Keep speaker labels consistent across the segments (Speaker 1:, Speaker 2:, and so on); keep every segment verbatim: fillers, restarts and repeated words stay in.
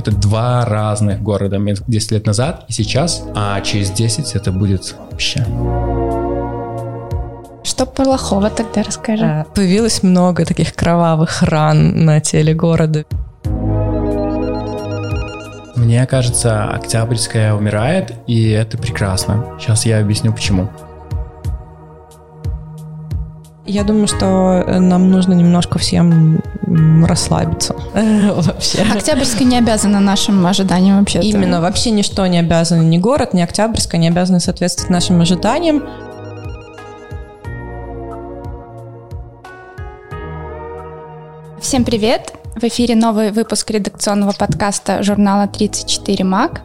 Speaker 1: Это два разных города. Минск десять лет назад и сейчас, а через десять это будет вообще...
Speaker 2: Что плохого тогда расскажи?
Speaker 3: А, появилось много таких кровавых ран на теле города.
Speaker 1: Мне кажется, Октябрьская умирает, и это прекрасно. Сейчас я объясню, почему.
Speaker 3: Я думаю, что нам нужно немножко всем расслабиться. Вообще.
Speaker 2: Октябрьская не обязана нашим ожиданиям вообще.
Speaker 3: Именно, вообще ничто не обязано, ни город, ни Октябрьская не обязаны соответствовать нашим ожиданиям.
Speaker 2: Всем привет! В эфире новый выпуск редакционного подкаста журнала тридцать четыре Мак.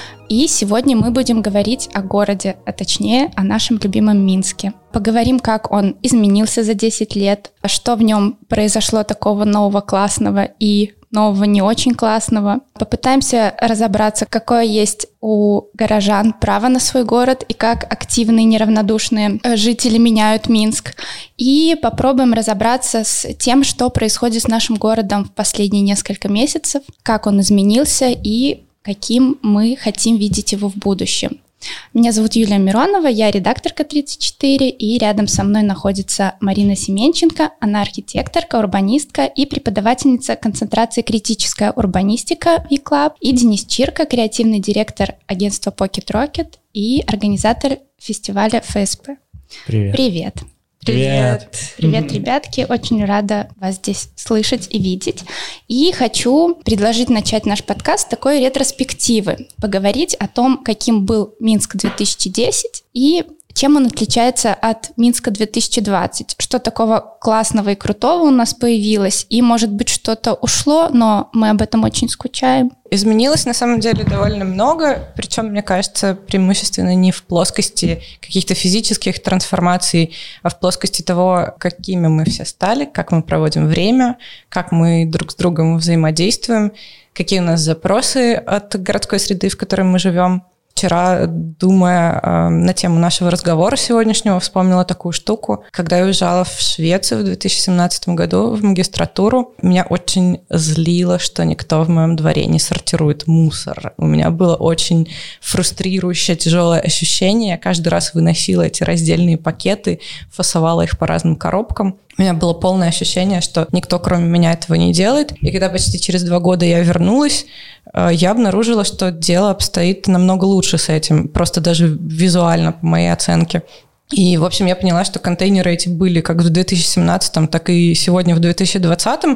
Speaker 2: И сегодня мы будем говорить о городе, а точнее о нашем любимом Минске. Поговорим, как он изменился за десять лет, что в нем произошло такого нового классного и нового не очень классного. Попытаемся разобраться, какое есть у горожан право на свой город и как активные, неравнодушные жители меняют Минск. И попробуем разобраться с тем, что происходит с нашим городом в последние несколько месяцев, как он изменился и каким мы хотим видеть его в будущем. Меня зовут Юлия Миронова, я редакторка тридцать четыре, и рядом со мной находится Марина Семенченко, она архитекторка, урбанистка и преподавательница концентрации «Критическая урбанистика» ви клаб, и Денис Чирко, креативный директор агентства Pocket Rocket и организатор фестиваля эф эс пэ.
Speaker 1: Привет.
Speaker 2: Привет.
Speaker 1: Привет.
Speaker 2: Привет, ребятки. Очень рада вас здесь слышать и видеть. И хочу предложить начать наш подкаст с такой ретроспективы. Поговорить о том, каким был Минск две тысячи десять и чем он отличается от Минска две тысячи двадцать. Что такого классного и крутого у нас появилось. И, может быть, что-то ушло, но мы об этом очень скучаем.
Speaker 3: Изменилось, на самом деле, довольно много, причем, мне кажется, преимущественно не в плоскости каких-то физических трансформаций, а в плоскости того, какими мы все стали, как мы проводим время, как мы друг с другом взаимодействуем, какие у нас запросы от городской среды, в которой мы живем. Вчера, думая э, на тему нашего разговора сегодняшнего, вспомнила такую штуку. Когда я уезжала в Швецию в две тысячи семнадцатом году в магистратуру, меня очень злило, что никто в моем дворе не сортирует мусор. У меня было очень фрустрирующее, тяжелое ощущение. Я каждый раз выносила эти раздельные пакеты, фасовала их по разным коробкам. У меня было полное ощущение, что никто, кроме меня, этого не делает. И когда почти через два года я вернулась, я обнаружила, что дело обстоит намного лучше с этим, просто даже визуально, по моей оценке. И, в общем, я поняла, что контейнеры эти были как в две тысячи семнадцатом, так и сегодня в две тысячи двадцатом,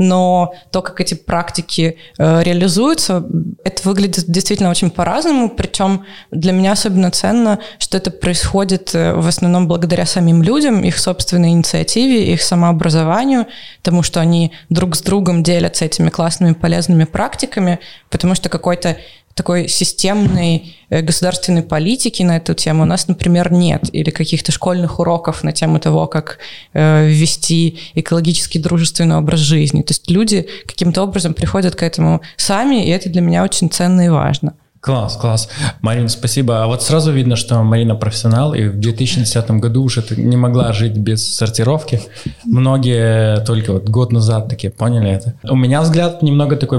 Speaker 3: но то, как эти практики э, реализуются, это выглядит действительно очень по-разному, причем для меня особенно ценно, что это происходит в основном благодаря самим людям, их собственной инициативе, их самообразованию, тому, что они друг с другом делятся этими классными полезными практиками, потому что какой-то такой системной государственной политики на эту тему у нас, например, нет. Или каких-то школьных уроков на тему того, как э, вести экологически дружественный образ жизни. То есть люди каким-то образом приходят к этому сами, и это для меня очень ценно и важно.
Speaker 1: Класс, класс. Марина, спасибо. А вот сразу видно, что Марина профессионал, и в две тысячи десятом году уже не могла жить без сортировки. Многие только вот год назад такие поняли это. У меня взгляд немного такой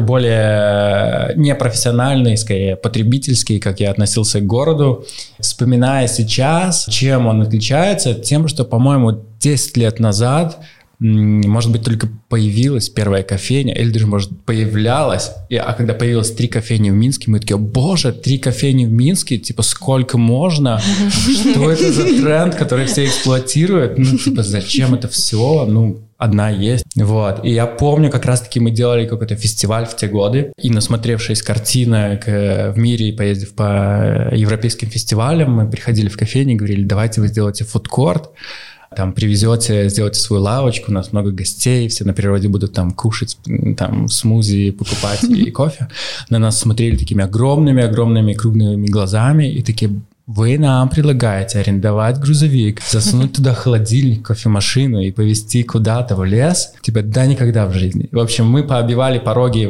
Speaker 1: более непрофессиональный, скорее потребительский, как я относился к городу. Вспоминая сейчас, чем он отличается, тем, что, по-моему, десять лет назад может быть, только появилась первая кофейня, или даже, может, появлялась, и, а когда появилось три кофейни в Минске, мы такие: боже, три кофейни в Минске, типа, сколько можно? Что это за тренд, который все эксплуатируют? Ну, типа, зачем это все? Ну, одна есть. Вот. И я помню, как раз-таки мы делали какой-то фестиваль в те годы, и насмотревшись картинок в мире и поездив по европейским фестивалям, мы приходили в кофейни и говорили: давайте вы сделаете фудкорт, там привезете, сделайте свою лавочку, у нас много гостей, все на природе будут там кушать, там смузи покупать и кофе. На нас смотрели такими огромными-огромными круглыми глазами и такие: вы нам предлагаете арендовать грузовик, засунуть туда холодильник, кофемашину и повезти куда-то в лес? Типа, да никогда в жизни. В общем, мы пообивали пороги вот этих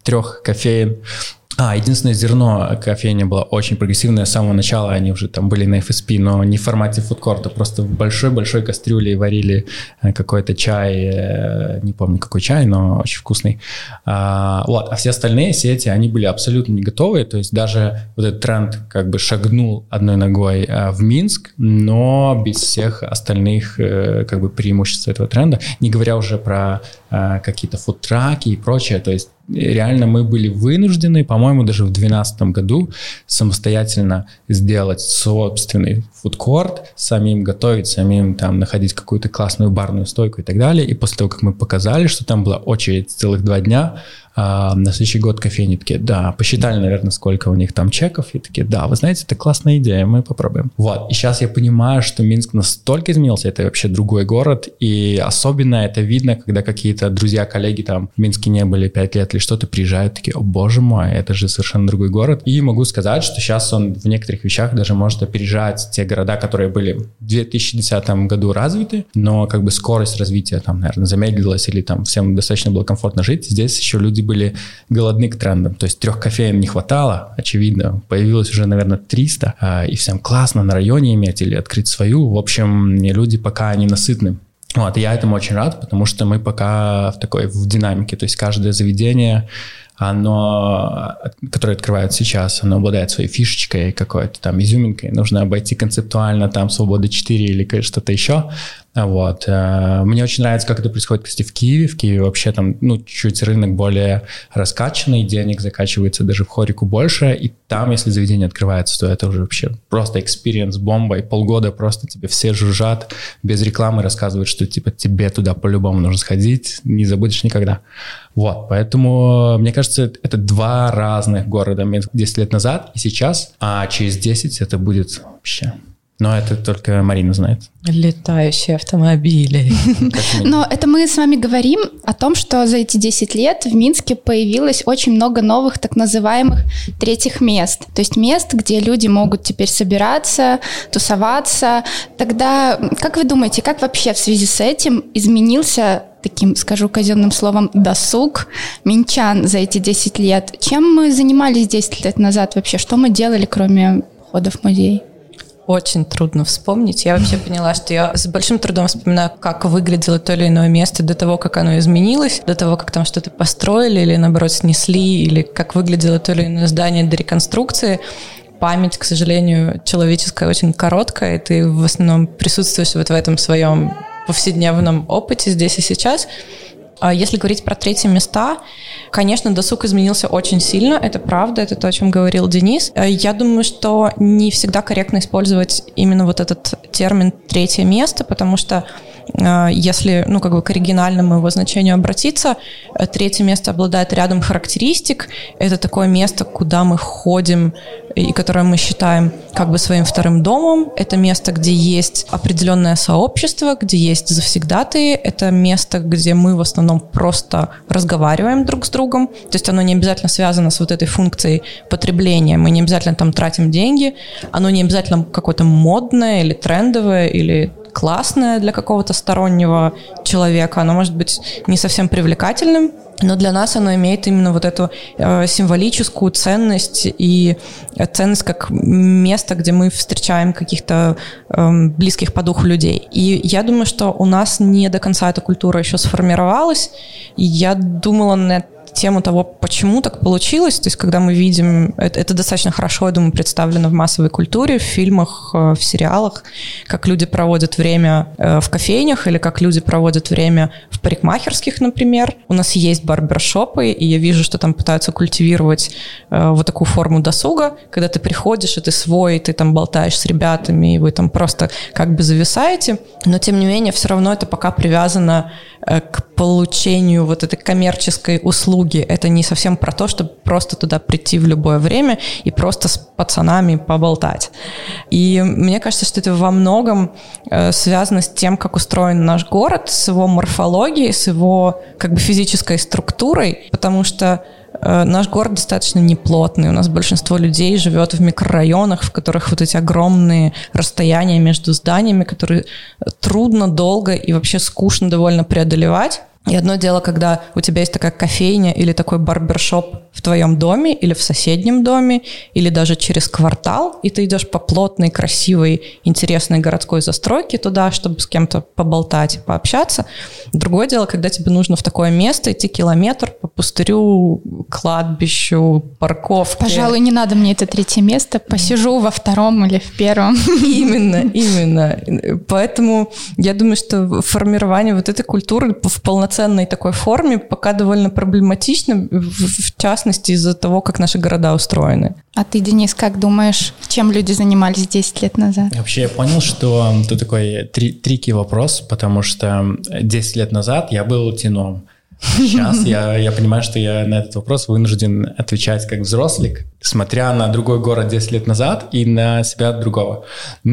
Speaker 1: трех кофеин. А, единственное, зерно кофейня было очень прогрессивное. С самого начала они уже там были на эф эс пи, но не в формате фудкорта. Просто в большой-большой кастрюле варили какой-то чай. Не помню, какой чай, но очень вкусный. А, вот. А все остальные сети, они были абсолютно не готовые. То есть даже вот этот тренд как бы шагнул одной ногой в Минск, но без всех остальных как бы преимуществ этого тренда. Не говоря уже про какие-то фудтраки и прочее. То есть реально мы были вынуждены, по-моему, даже в две тысячи двенадцатом году самостоятельно сделать собственный фудкорт, самим готовить, самим там находить какую-то классную барную стойку и так далее. И после того, как мы показали, что там была очередь целых два дня, а на следующий год кофейни такие, да, посчитали, наверное, сколько у них там чеков, и такие, да, вы знаете, это классная идея, мы попробуем. Вот, и сейчас я понимаю, что Минск настолько изменился, это вообще другой город, и особенно это видно, когда какие-то друзья, коллеги там в Минске не были пять лет или что-то, приезжают, такие, о боже мой, это же совершенно другой город. И могу сказать, что сейчас он в некоторых вещах даже может опережать те города, которые были в две тысячи десятом году развиты, но как бы скорость развития там, наверное, замедлилась, или там всем достаточно было комфортно жить. Здесь еще люди были голодны к трендам, то есть трех кофеин не хватало, очевидно, появилось уже, наверное, триста, и всем классно на районе иметь или открыть свою. В общем, люди пока не насытны. Вот, и я этому очень рад, потому что мы пока в такой в динамике, то есть каждое заведение, оно, которое открывают сейчас, оно обладает своей фишечкой, какой-то там изюминкой, нужно обойти концептуально там Свобода четыре или что-то еще. Вот. Мне очень нравится, как это происходит, кстати, в Киеве. В Киеве вообще там, ну, чуть рынок более раскачанный, денег закачивается даже в хорику больше, и там, если заведение открывается, то это уже вообще просто экспириенс бомба, и полгода просто тебе все жужжат, без рекламы рассказывают, что типа тебе туда по-любому нужно сходить, не забудешь никогда. Вот, поэтому, мне кажется, это два разных города, десять лет назад и сейчас, а через десять это будет вообще... Но это только Марина знает.
Speaker 3: Летающие автомобили.
Speaker 2: Но это мы с вами говорим о том, что за эти десять лет в Минске появилось очень много новых так называемых третьих мест. То есть мест, где люди могут теперь собираться, тусоваться. Тогда, как вы думаете, как вообще в связи с этим изменился, таким, скажу казенным словом, досуг минчан за эти десять лет? Чем мы занимались десять лет назад вообще? Что мы делали, кроме похода в музей?
Speaker 3: Очень трудно вспомнить. Я вообще поняла, что я с большим трудом вспоминаю, как выглядело то или иное место до того, как оно изменилось, до того, как там что-то построили или, наоборот, снесли, или как выглядело то или иное здание до реконструкции. Память, к сожалению, человеческая очень короткая, и ты в основном присутствуешь вот в этом своем повседневном опыте здесь и сейчас. Если говорить про третьи места, конечно, досуг изменился очень сильно, это правда, это то, о чем говорил Денис. Я думаю, что не всегда корректно использовать именно вот этот термин «третье место», потому что если, ну, как бы к оригинальному его значению обратиться, третье место обладает рядом характеристик. Это такое место, куда мы ходим и которое мы считаем как бы своим вторым домом. Это место, где есть определенное сообщество, где есть завсегдатые. Это место, где мы в основном просто разговариваем друг с другом. То есть оно не обязательно связано с вот этой функцией потребления. Мы не обязательно там тратим деньги. Оно не обязательно какое-то модное или трендовое, или классное для какого-то стороннего человека, оно может быть не совсем привлекательным, но для нас оно имеет именно вот эту э, символическую ценность и ценность как место, где мы встречаем каких-то э, близких по духу людей. И я думаю, что у нас не до конца эта культура еще сформировалась, и я думала на тему того, почему так получилось. То есть, когда мы видим... Это, это достаточно хорошо, я думаю, представлено в массовой культуре, в фильмах, в сериалах, как люди проводят время в кофейнях или как люди проводят время в парикмахерских, например. У нас есть барбершопы, и я вижу, что там пытаются культивировать вот такую форму досуга, когда ты приходишь, и ты свой, и ты там болтаешь с ребятами, и вы там просто как бы зависаете. Но, тем не менее, все равно это пока привязано к получению вот этой коммерческой услуги. Это не совсем про то, чтобы просто туда прийти в любое время и просто с пацанами поболтать. И мне кажется, что это во многом связано с тем, как устроен наш город, с его морфологией, с его как бы физической структурой, потому что наш город достаточно неплотный. У нас большинство людей живет в микрорайонах, в которых вот эти огромные расстояния между зданиями, которые трудно, долго и вообще скучно довольно преодолевать. И одно дело, когда у тебя есть такая кофейня или такой барбершоп в твоем доме или в соседнем доме, или даже через квартал, и ты идешь по плотной, красивой, интересной городской застройке туда, чтобы с кем-то поболтать и пообщаться. Другое дело, когда тебе нужно в такое место идти километр по пустырю, кладбищу, парковке.
Speaker 2: Пожалуй, не надо мне это третье место, посижу во втором или в первом.
Speaker 3: Именно, именно. Поэтому я думаю, что формирование вот этой культуры в полноценной такой форме пока довольно проблематично, в частности, из-за того, как наши города устроены.
Speaker 2: А ты, Денис, как думаешь, чем люди занимались десять лет назад?
Speaker 1: Вообще я понял, что это такой три, трики вопрос, потому что десять лет назад я был теном. Сейчас я, я понимаю, что я на этот вопрос вынужден отвечать как взрослик, смотря на другой город десять лет назад и на себя другого.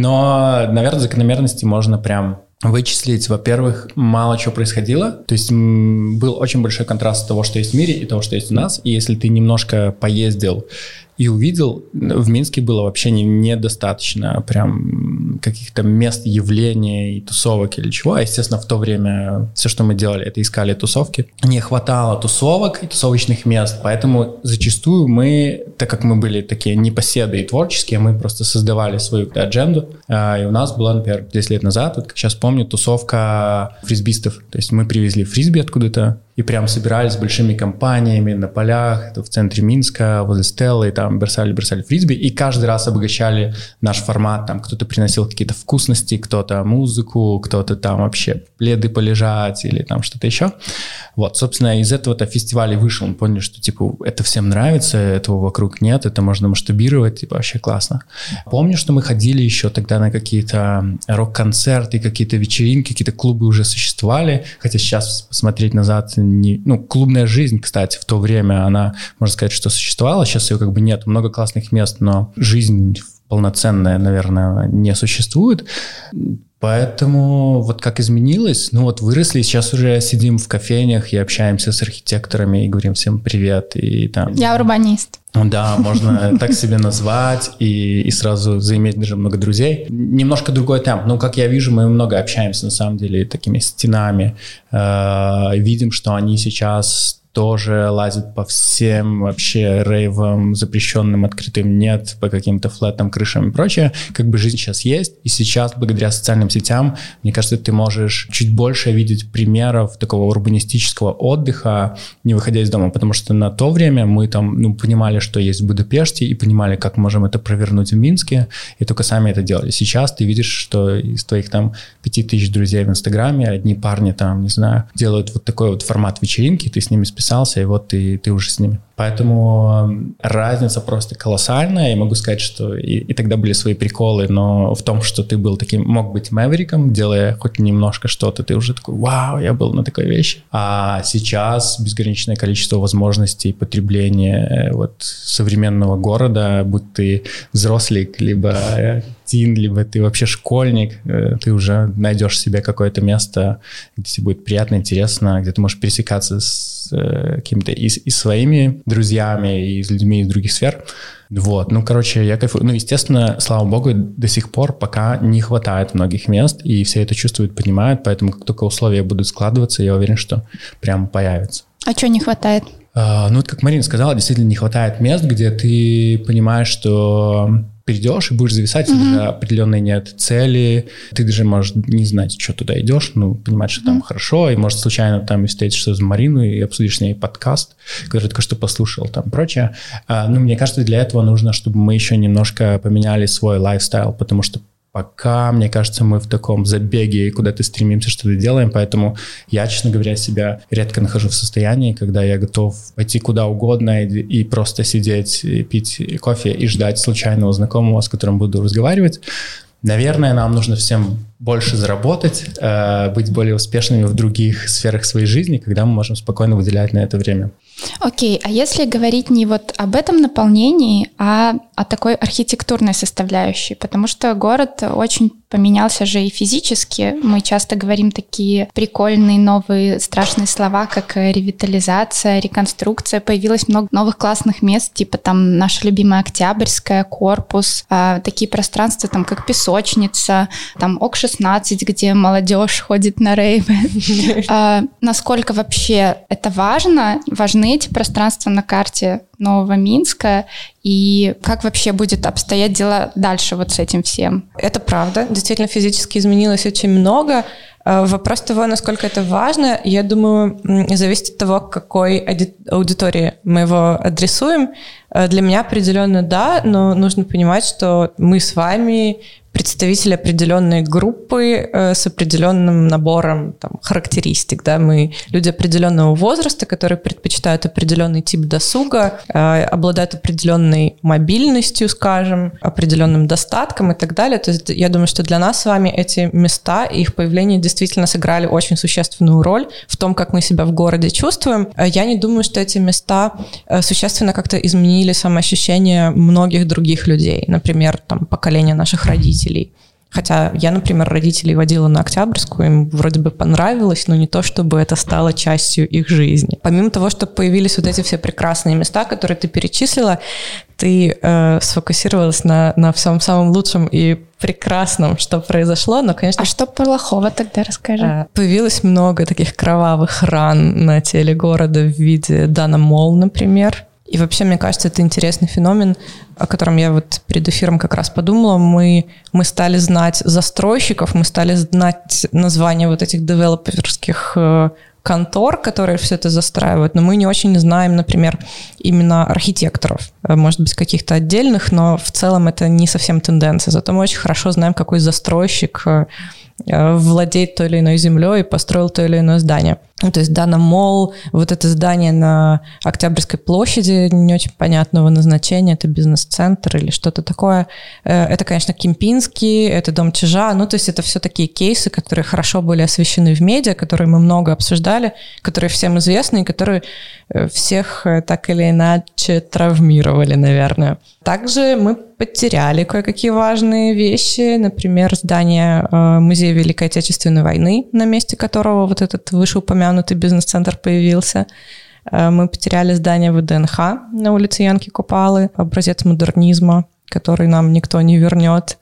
Speaker 1: Но, наверное, закономерности можно прям вычислить. Во-первых, мало чего происходило. То есть м, был очень большой контраст того, что есть в мире, и того, что есть у нас. И если ты немножко поездил и увидел, в Минске было вообще не, недостаточно прям каких-то мест явления и тусовок или чего. А, естественно, в то время все, что мы делали, это искали тусовки. Не хватало тусовок и тусовочных мест, поэтому зачастую мы, так как мы были такие непоседы и творческие, мы просто создавали свою адженду. И у нас была, например, десять лет назад, вот как сейчас помню, тусовка фрисбистов. То есть мы привезли фрисби откуда-то, и прям собирались с большими компаниями на полях, в центре Минска, возле Стеллы, и там бросали, бросали фрисби, и каждый раз обогащали наш формат. Там кто-то приносил какие-то вкусности, кто-то музыку, кто-то там вообще пледы полежать или там что-то еще. Вот, собственно, из этого-то фестиваля вышел. Мы поняли, что, типа, это всем нравится, этого вокруг нет, это можно масштабировать, типа, вообще классно. Помню, что мы ходили еще тогда на какие-то рок-концерты, какие-то вечеринки, какие-то клубы уже существовали, хотя сейчас посмотреть назад, не, ну, клубная жизнь, кстати, в то время, она, можно сказать, что существовала, сейчас ее как бы нет, много классных мест, но жизнь полноценная, наверное, не существует. Поэтому вот как изменилось, ну вот выросли, сейчас уже сидим в кофейнях и общаемся с архитекторами и говорим всем привет. И там...
Speaker 2: Я урбанист.
Speaker 1: Да, можно так себе назвать и, и сразу заиметь даже много друзей. Немножко другой темп. Ну, как я вижу, мы много общаемся, на самом деле, такими стенами. Э, видим, что они сейчас тоже лазят по всем вообще рейвам, запрещенным, открытым нет, по каким-то флетам, крышам и прочее. Как бы жизнь сейчас есть, и сейчас, благодаря социальным сетям, мне кажется, ты можешь чуть больше видеть примеров такого урбанистического отдыха, не выходя из дома, потому что на то время мы там, ну, понимали, что есть в Будапеште, и понимали, как можем это провернуть в Минске, и только сами это делали. Сейчас ты видишь, что из твоих там пяти тысяч друзей в Инстаграме одни парни там, не знаю, делают вот такой вот формат вечеринки, ты с ними списался, и вот ты, ты уже с ними. Поэтому разница просто колоссальная. Я могу сказать, что и, и тогда были свои приколы, но в том, что ты был таким, мог быть мэвериком, делая хоть немножко что-то, ты уже такой, вау, я был на такой вещи. А сейчас безграничное количество возможностей потребления вот современного города, будь ты взрослик, либо тин, либо ты вообще школьник, ты уже найдешь себе какое-то место, где тебе будет приятно, интересно, где ты можешь пересекаться с какими-то и, и своими друзьями, и с людьми из других сфер. Вот, ну, короче, я кайфую. Ну, естественно, слава богу, до сих пор пока не хватает многих мест, и все это чувствуют, понимают, поэтому как только условия будут складываться, я уверен, что прям появится.
Speaker 2: А чего не хватает?
Speaker 1: А, ну, вот как Марина сказала, действительно не хватает мест, где ты понимаешь, что придешь и будешь зависать, mm-hmm. даже определенной нет цели, ты даже можешь не знать, что туда идешь, ну, понимать, что mm-hmm. там хорошо, и может случайно там встретишься с Мариной и обсудишь с ней подкаст, который только что послушал, там, прочее. А, ну, мне кажется, для этого нужно, чтобы мы еще немножко поменяли свой лайфстайл, потому что пока, мне кажется, мы в таком забеге и куда-то стремимся, что-то делаем, поэтому я, честно говоря, себя редко нахожу в состоянии, когда я готов пойти куда угодно и, и просто сидеть, и пить кофе и ждать случайного знакомого, с которым буду разговаривать. Наверное, нам нужно всем больше заработать, э, быть более успешными в других сферах своей жизни, когда мы можем спокойно выделять на это время.
Speaker 2: Окей, а если говорить не вот об этом наполнении, а о такой архитектурной составляющей, потому что город очень поменялся же и физически. Мы часто говорим такие прикольные новые страшные слова, как ревитализация, реконструкция. Появилось много новых классных мест, типа там наша любимая Октябрьская, Корпус, а, такие пространства, там как Песочница, там Окши шестнадцать, где молодежь ходит на рейвы. Насколько вообще это важно? Важны эти пространства на карте Нового Минска? И как вообще будет обстоять дела дальше вот с этим всем?
Speaker 3: Это правда. Действительно, физически изменилось очень много. Вопрос того, насколько это важно, я думаю, зависит от того, к какой аудитории мы его адресуем. Для меня определенно да, но нужно понимать, что мы с вами представители определенной группы э, с определенным набором там, характеристик. Да? Мы люди определенного возраста, которые предпочитают определенный тип досуга, э, обладают определенной мобильностью, скажем, определенным достатком и так далее. То есть я думаю, что для нас с вами эти места и их появление действительно сыграли очень существенную роль в том, как мы себя в городе чувствуем. Я не думаю, что эти места существенно как-то изменили самоощущение многих других людей. Например, там, поколение наших родителей. Хотя я, например, родителей водила на Октябрьскую, им вроде бы понравилось, но не то, чтобы это стало частью их жизни. Помимо того, что появились вот эти все прекрасные места, которые ты перечислила, ты э, сфокусировалась на, на всем самом лучшем и прекрасном, что произошло, но, конечно...
Speaker 2: А что плохого тогда расскажи?
Speaker 3: Э, появилось много таких кровавых ран на теле города в виде Дана Молл, например. И вообще, мне кажется, это интересный феномен, о котором я вот перед эфиром как раз подумала. Мы, мы стали знать застройщиков, мы стали знать названия вот этих девелоперских э, контор, которые все это застраивают, но мы не очень знаем, например, именно архитекторов, может быть, каких-то отдельных, но в целом это не совсем тенденция. Зато мы очень хорошо знаем, какой застройщик э, владеет той или иной землей и построил то или иное здание. Ну, то есть Дана Молл, вот это здание на Октябрьской площади не очень понятного назначения, это бизнес-центр или что-то такое. Это, конечно, Кемпинский, это Дом Чижа, ну, то есть это все такие кейсы, которые хорошо были освещены в медиа, которые мы много обсуждали, которые всем известны и которые всех так или иначе травмировали, наверное. Также мы потеряли кое-какие важные вещи, например, здание Музея Великой Отечественной войны, на месте которого вот этот вышеупомянутый бизнес-центр появился. Мы потеряли здание вэ дэ эн ха на улице Янки Купалы, образец модернизма, который нам никто не вернет.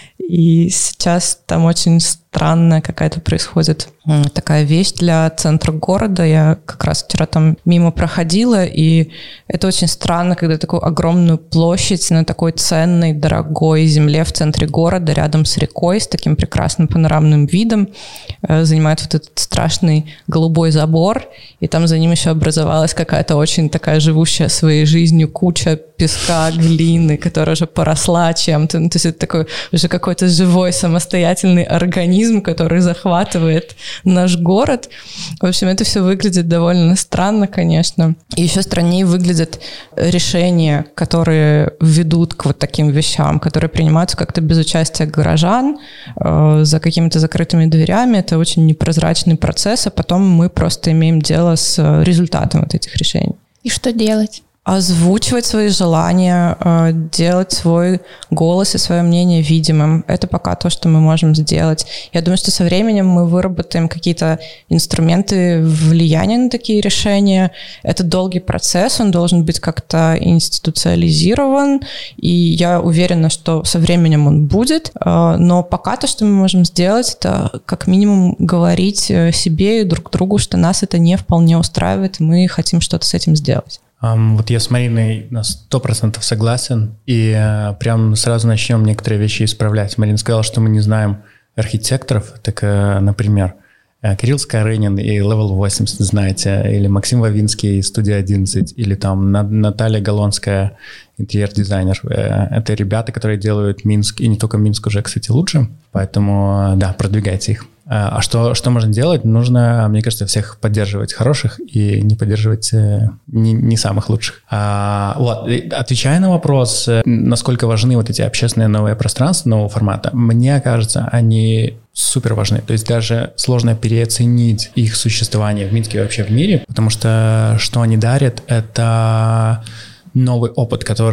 Speaker 3: И сейчас там очень странная какая-то происходит такая вещь для центра города. Я как раз вчера там мимо проходила, и это очень странно, когда такую огромную площадь на такой ценной, дорогой земле в центре города, рядом с рекой, с таким прекрасным панорамным видом, занимает вот этот страшный голубой забор, и там за ним еще образовалась какая-то очень такая живущая своей жизнью куча песка, глины, которая уже поросла чем-то. Ну, то есть это такой уже какой-то живой самостоятельный организм, который захватывает наш город. В общем, это все выглядит довольно странно, конечно. И еще страннее выглядят решения, которые ведут к вот таким вещам, которые принимаются как-то без участия горожан, э, за какими-то закрытыми дверями. Это очень непрозрачный процесс, а потом мы просто имеем дело с результатом вот этих решений.
Speaker 2: И что делать?
Speaker 3: Озвучивать свои желания, делать свой голос и свое мнение видимым. Это пока то, что мы можем сделать. Я думаю, что со временем мы выработаем какие-то инструменты влияния на такие решения. Это долгий процесс, он должен быть как-то институциализирован, и я уверена, что со временем он будет. Но пока то, что мы можем сделать, это как минимум говорить себе и друг другу, что нас это не вполне устраивает, и мы хотим что-то с этим сделать.
Speaker 1: Um, вот я с Мариной на сто процентов согласен, и uh, прям сразу начнем некоторые вещи исправлять. Марина сказала, что мы не знаем архитекторов, так, uh, например, uh, Кирилл Скорынин и Level восемьдесят знаете, или Максим Вавинский и Студия одиннадцать, или там Наталья Галонская, интерьер-дизайнер. Uh, это ребята, которые делают Минск, и не только Минск уже, кстати, лучше, поэтому, uh, да, продвигайте их. А что, что можно делать? Нужно, мне кажется, всех поддерживать хороших и не поддерживать не, не самых лучших. А, вот, отвечая на вопрос, насколько важны вот эти общественные новые пространства нового формата, мне кажется, они супер важны. То есть даже сложно переоценить их существование в Минске и вообще в мире, потому что что они дарят, это новый опыт, который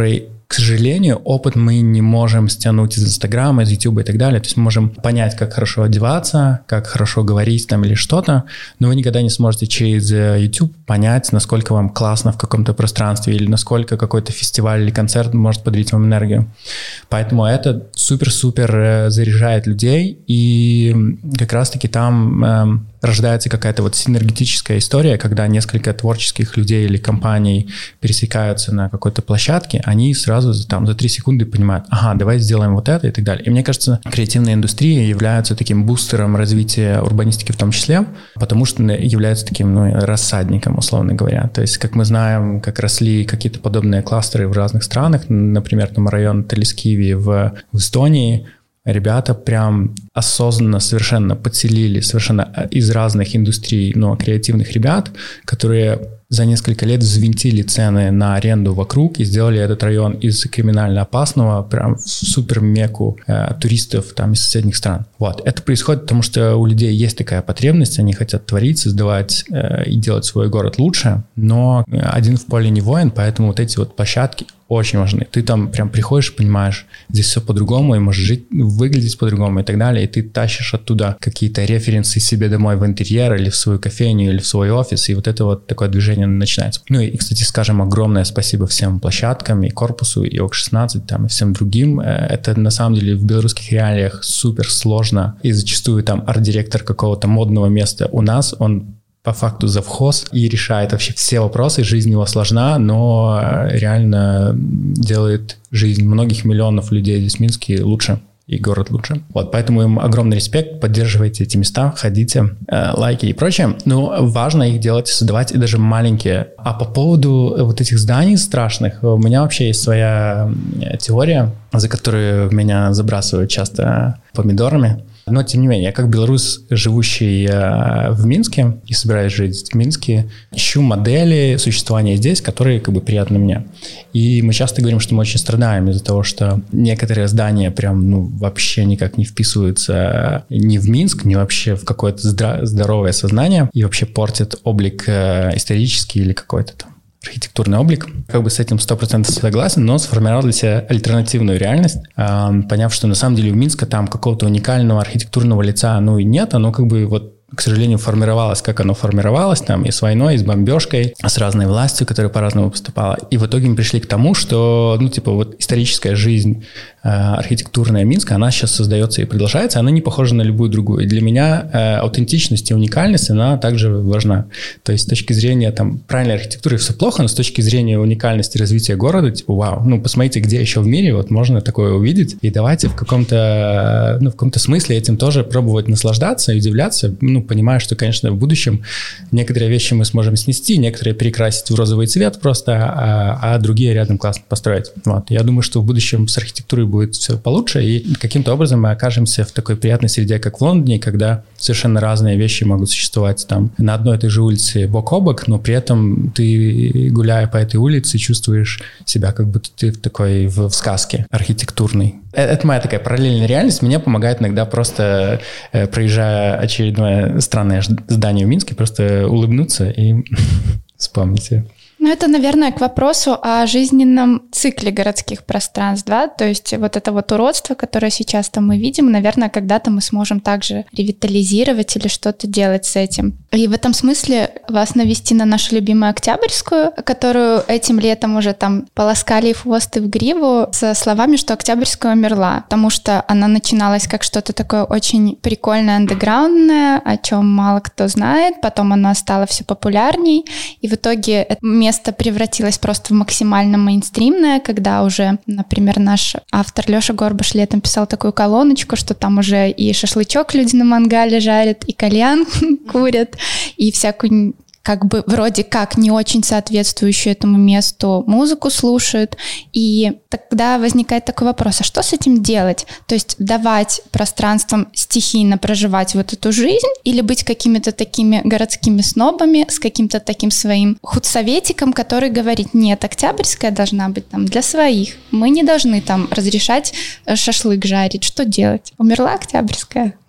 Speaker 1: к сожалению, опыт мы не можем стянуть из Инстаграма, из Ютуба и так далее. То есть мы можем понять, как хорошо одеваться, как хорошо говорить там или что-то, но вы никогда не сможете через YouTube понять, насколько вам классно в каком-то пространстве или насколько какой-то фестиваль или концерт может подарить вам энергию. Поэтому это супер-супер заряжает людей, и как раз-таки там э, рождается какая-то вот синергетическая история, когда несколько творческих людей или компаний пересекаются на какой-то площадке, они сразу там за три секунды понимают, ага, давай сделаем вот это и так далее. И мне кажется, креативная индустрия является таким бустером развития урбанистики в том числе, потому что является таким, ну, рассадником, условно говоря. То есть, как мы знаем, как росли какие-то подобные кластеры в разных странах, например, там район Телескиви в, в Эстонии, ребята прям осознанно совершенно подселили совершенно из разных индустрий, но креативных ребят, которые за несколько лет взвинтили цены на аренду вокруг и сделали этот район из криминально опасного прям в супер-мекку э, туристов там из соседних стран. Вот. Это происходит потому, что у людей есть такая потребность, они хотят творить, создавать э, и делать свой город лучше, но один в поле не воин, поэтому вот эти вот площадки очень важны. Ты там прям приходишь, понимаешь, здесь все по-другому, и можешь жить, выглядеть по-другому и так далее, и ты тащишь оттуда какие-то референсы себе домой в интерьер или в свою кофейню, или в свой офис, и вот это вот такое движение начинается. Ну и, кстати, скажем огромное спасибо всем площадкам, и корпусу, и ОК шестнадцать, там, и всем другим. Это на самом деле в белорусских реалиях супер сложно, и зачастую там арт-директор какого-то модного места у нас, он по факту завхоз и решает вообще все вопросы, жизнь его сложна, но реально делает жизнь многих миллионов людей здесь в Минске лучше. И город лучше. Вот, поэтому им огромный респект, поддерживайте эти места, ходите, э, лайки и прочее. Но важно их делать, создавать, и даже маленькие. А по поводу вот этих зданий страшных, у меня вообще есть своя теория, за которую меня забрасывают часто помидорами. Но, тем не менее, я как белорус, живущий э, в Минске и собираюсь жить в Минске, ищу модели существования здесь, которые как бы приятны мне. И мы часто говорим, что мы очень страдаем из-за того, что некоторые здания прям ну, вообще никак не вписываются ни в Минск, ни вообще в какое-то здра- здоровое сознание и вообще портят облик э, исторический или какой-то там архитектурный облик. Как бы с этим сто процентов согласен, но сформировал для себя альтернативную реальность, э, поняв, что на самом деле у Минска там какого-то уникального архитектурного лица ну и нет, оно как бы вот к сожалению, формировалось, как оно формировалось, там, и с войной, и с бомбежкой, с разной властью, которая по-разному поступала. И в итоге мы пришли к тому, что, ну, типа, вот историческая жизнь э, архитектурная Минска, она сейчас создается и продолжается, она не похожа на любую другую. И для меня э, аутентичность и уникальность, она также важна. То есть с точки зрения, там, правильной архитектуры все плохо, но с точки зрения уникальности развития города, типа, вау, ну, посмотрите, где еще в мире вот можно такое увидеть, и давайте в каком-то, ну, в каком-то смысле этим тоже пробовать наслаждаться и удивляться, ну, понимаю, что, конечно, в будущем некоторые вещи мы сможем снести, некоторые перекрасить в розовый цвет просто, а, а другие рядом классно построить. Вот. Я думаю, что в будущем с архитектурой будет все получше, и каким-то образом мы окажемся в такой приятной среде, как в Лондоне, когда совершенно разные вещи могут существовать там на одной и той же улице бок о бок, но при этом ты, гуляя по этой улице, чувствуешь себя, как будто ты в такой в, в сказке архитектурной. Это моя такая параллельная реальность. Мне помогает иногда просто, э, проезжая очередное странное здание в Минске, просто улыбнуться и вспомнить ее.
Speaker 2: Ну, это, наверное, к вопросу о жизненном цикле городских пространств, да, то есть вот это вот уродство, которое сейчас там мы видим, наверное, когда-то мы сможем также ревитализировать или что-то делать с этим. И в этом смысле вас навести на нашу любимую Октябрьскую, которую этим летом уже там полоскали в хвост и в гриву со словами, что Октябрьская умерла, потому что она начиналась как что-то такое очень прикольное, андеграундное, о чем мало кто знает, потом она стала все популярней, и в итоге это место превратилось просто в максимально мейнстримное, когда уже, например, наш автор Леша Горбаш летом писал такую колоночку, что там уже и шашлычок люди на мангале жарят, и кальян курят, и всякую как бы вроде как не очень соответствующую этому месту музыку слушают. И тогда возникает такой вопрос, а что с этим делать? То есть давать пространствам стихийно проживать вот эту жизнь или быть какими-то такими городскими снобами с каким-то таким своим худсоветиком, который говорит, нет, Октябрьская должна быть там для своих. Мы не должны там разрешать шашлык жарить. Что делать? Умерла Октябрьская?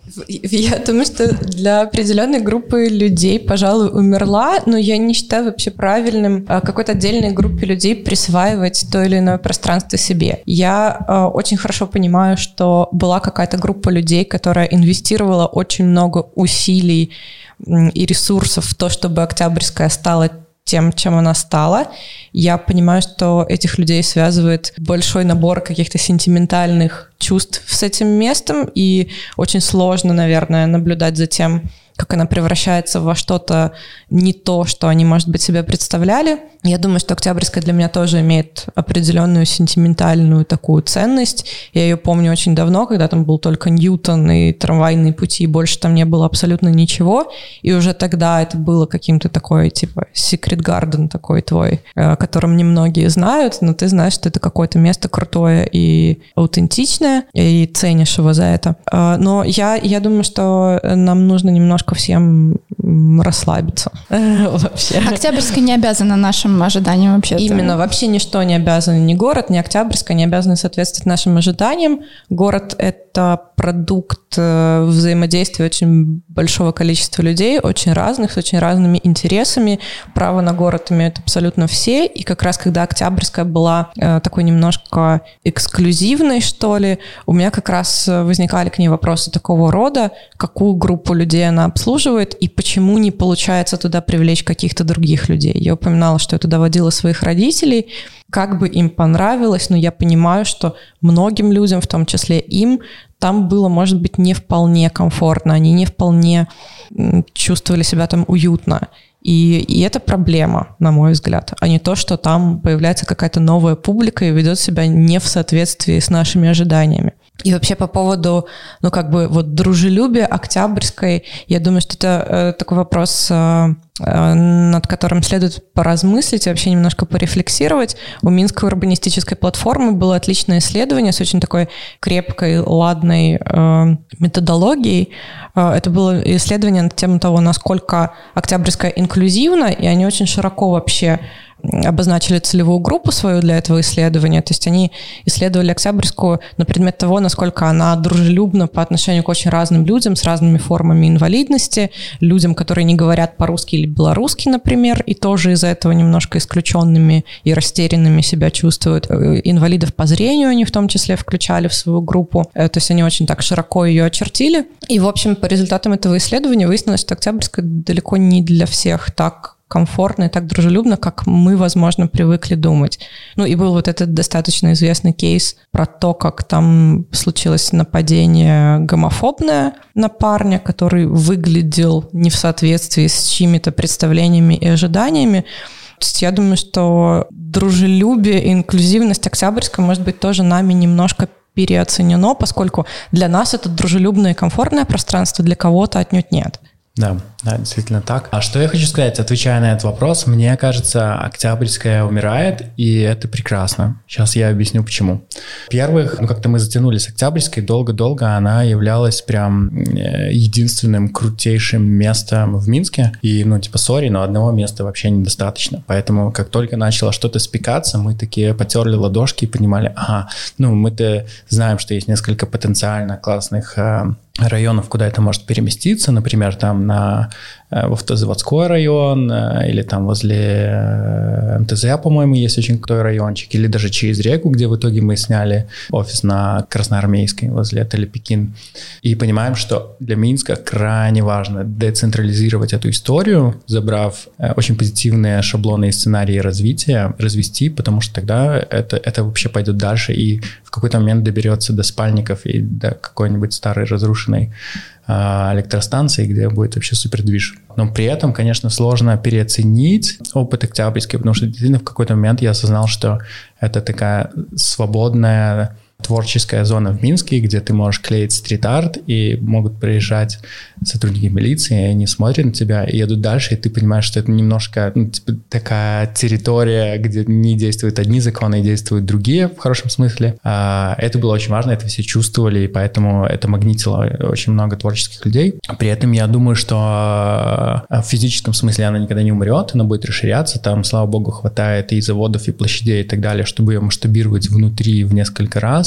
Speaker 3: Я думаю, что для определенной группы людей, пожалуй, умерла, но я не считаю вообще правильным какой-то отдельной группе людей присваивать то или иное пространство себе. Я очень хорошо понимаю, что была какая-то группа людей, которая инвестировала очень много усилий и ресурсов в то, чтобы Октябрьская стала тем, чем она стала. Я понимаю, что этих людей связывает большой набор каких-то сентиментальных чувств с этим местом, и очень сложно, наверное, наблюдать за тем, как она превращается во что-то не то, что они, может быть, себе представляли. Я думаю, что Октябрьская для меня тоже имеет определенную сентиментальную такую ценность. Я ее помню очень давно, когда там был только Ньютон и трамвайные пути, и больше там не было абсолютно ничего. И уже тогда это было каким-то такой, типа, secret garden такой твой, о котором немногие знают, но ты знаешь, что это какое-то место крутое и аутентичное, и ценишь его за это. Но я, я думаю, что нам нужно немножко всем расслабиться. Вообще.
Speaker 2: Октябрьская не обязана нашим ожиданиям вообще.
Speaker 3: Именно, вообще ничто не обязано, ни город, ни Октябрьская не обязаны соответствовать нашим ожиданиям. Город — это продукт взаимодействия очень большого количества людей, очень разных, с очень разными интересами. Право на город имеют абсолютно все, и как раз когда Октябрьская была такой немножко эксклюзивной, что ли, у меня как раз возникали к ней вопросы такого рода, какую группу людей она обслуживает и почему не получается туда привлечь каких-то других людей. Я упоминала, что я туда водила своих родителей, как бы им понравилось, но я понимаю, что многим людям, в том числе им, там было, может быть, не вполне комфортно, они не вполне чувствовали себя там уютно. И, и это проблема, на мой взгляд, а не то, что там появляется какая-то новая публика и ведет себя не в соответствии с нашими ожиданиями. И вообще по поводу, ну, как бы, вот дружелюбия Октябрьской, я думаю, что это э, такой вопрос, э, э, над которым следует поразмыслить и вообще немножко порефлексировать. У Минской урбанистической платформы было отличное исследование с очень такой крепкой, ладной э, методологией. Э, это было исследование на тему того, насколько Октябрьская инклюзивна, и они очень широко вообще обозначили целевую группу свою для этого исследования. То есть они исследовали Октябрьскую на предмет того, насколько она дружелюбна по отношению к очень разным людям с разными формами инвалидности, людям, которые не говорят по-русски или белорусски, например, и тоже из-за этого немножко исключенными и растерянными себя чувствуют. Инвалидов по зрению они в том числе включали в свою группу. То есть они очень так широко ее очертили. И, в общем, по результатам этого исследования выяснилось, что Октябрьская далеко не для всех так комфортно и так дружелюбно, как мы, возможно, привыкли думать. Ну и был вот этот достаточно известный кейс про то, как там случилось нападение гомофобное на парня, который выглядел не в соответствии с чьими-то представлениями и ожиданиями. То есть я думаю, что дружелюбие и инклюзивность Октябрьской, может быть, тоже нами немножко переоценено, поскольку для нас это дружелюбное и комфортное пространство, для кого-то отнюдь нет.
Speaker 1: Да, да, действительно так. А что я хочу сказать, отвечая на этот вопрос, мне кажется, Октябрьская умирает, и это прекрасно. Сейчас я объясню, почему. Во-первых, ну как-то мы затянулись с Октябрьской, долго-долго она являлась прям единственным крутейшим местом в Минске. И, ну, типа, сори, но одного места вообще недостаточно. Поэтому, как только начало что-то спекаться, мы такие потерли ладошки и понимали, ага, ну, мы-то знаем, что есть несколько потенциально классных районов, куда это может переместиться, например, там на в автозаводской район, или там возле эм тэ зэ, по-моему, есть очень крутой райончик, или даже через реку, где в итоге мы сняли офис на Красноармейской, возле отеля «Пекин». И понимаем, что для Минска крайне важно децентрализировать эту историю, забрав очень позитивные шаблоны и сценарии развития, развести, потому что тогда это, это вообще пойдет дальше и в какой-то момент доберется до спальников и до какой-нибудь старой разрушенной электростанции, где будет вообще супер движ. Но при этом, конечно, сложно переоценить опыт Октябрьской, потому что действительно в какой-то момент я осознал, что это такая свободная творческая зона в Минске, где ты можешь клеить стрит-арт, и могут приезжать сотрудники милиции, и они смотрят на тебя и едут дальше, и ты понимаешь, что это немножко, ну, типа, такая территория, где не действуют одни законы, и действуют другие, в хорошем смысле. А это было очень важно, это все чувствовали, и поэтому это магнитило очень много творческих людей. При этом я думаю, что в физическом смысле она никогда не умрет, она будет расширяться, там, слава богу, хватает и заводов, и площадей, и так далее, чтобы ее масштабировать внутри в несколько раз.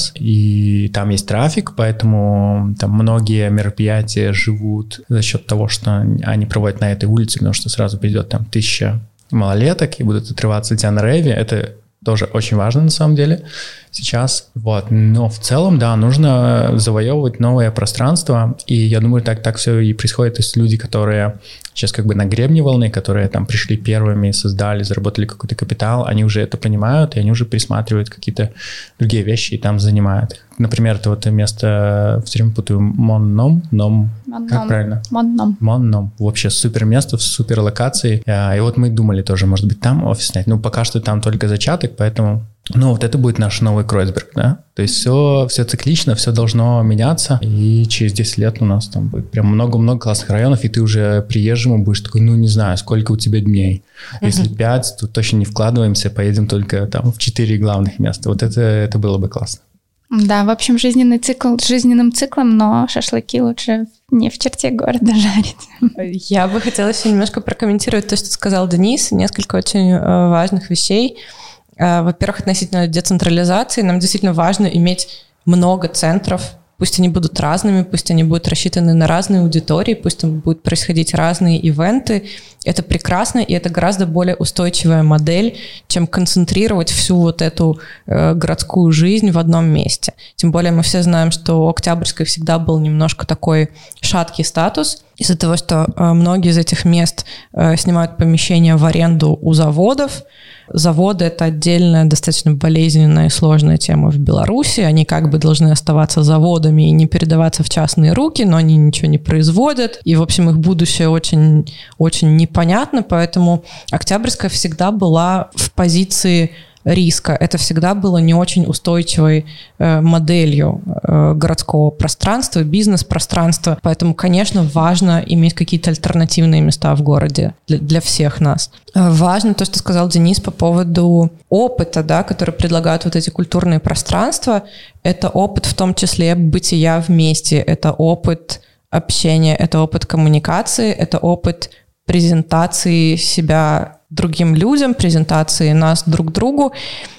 Speaker 1: сейчас, и там есть трафик, поэтому там многие мероприятия живут за счет того, что они проводят на этой улице, потому что сразу придет там тысяча малолеток и будут отрываться у тебя на рейве. Это тоже очень важно на самом деле сейчас. Вот. Но в целом, да, нужно завоевывать новое пространство. И я думаю, так, так все и происходит. То есть люди, которые сейчас как бы на гребне волны, которые там пришли первыми, создали, заработали какой-то капитал, они уже это понимают, и они уже присматривают какие-то другие вещи и там занимают их. Например, это вот место, все время путаю, Монном, Ном,
Speaker 2: Монном.
Speaker 1: Как правильно?
Speaker 2: Монном.
Speaker 1: Монном. Вообще супер место, в супер локации. И вот мы думали тоже, может быть, там офис снять. Ну, пока что там только зачаток, поэтому... Ну, вот это будет наш новый Кройцберг, да? То есть все, все циклично, все должно меняться, и через десять лет у нас там будет прям много-много классных районов, и ты уже приезжему будешь такой, ну, не знаю, сколько у тебя дней. Если пять, то точно не вкладываемся, поедем только там в четыре главных места. Вот это, это было бы классно.
Speaker 2: Да, в общем, жизненный цикл жизненным циклом, но шашлыки лучше не в черте города жарить.
Speaker 3: Я бы хотела еще немножко прокомментировать то, что сказал Денис, несколько очень важных вещей. Во-первых, относительно децентрализации, нам действительно важно иметь много центров, пусть они будут разными, пусть они будут рассчитаны на разные аудитории, пусть там будут происходить разные ивенты. Это прекрасно, и это гораздо более устойчивая модель, чем концентрировать всю вот эту э, городскую жизнь в одном месте. Тем более мы все знаем, что у Октябрьской всегда был немножко такой шаткий статус из-за того, что э, многие из этих мест э, снимают помещения в аренду у заводов. Заводы — это отдельная, достаточно болезненная и сложная тема в Беларуси. Они как бы должны оставаться заводами и не передаваться в частные руки, но они ничего не производят. И, в общем, их будущее очень, очень непонятно, поэтому Октябрьская всегда была в позиции риска. Это всегда было не очень устойчивой э, моделью э, городского пространства, бизнес-пространства. Поэтому, конечно, важно иметь какие-то альтернативные места в городе для, для всех нас. Э, важно то, что сказал Денис по поводу опыта, да, который предлагают вот эти культурные пространства. Это опыт в том числе бытия вместе, это опыт общения, это опыт коммуникации, это опыт презентации себя другим людям, презентации нас друг другу.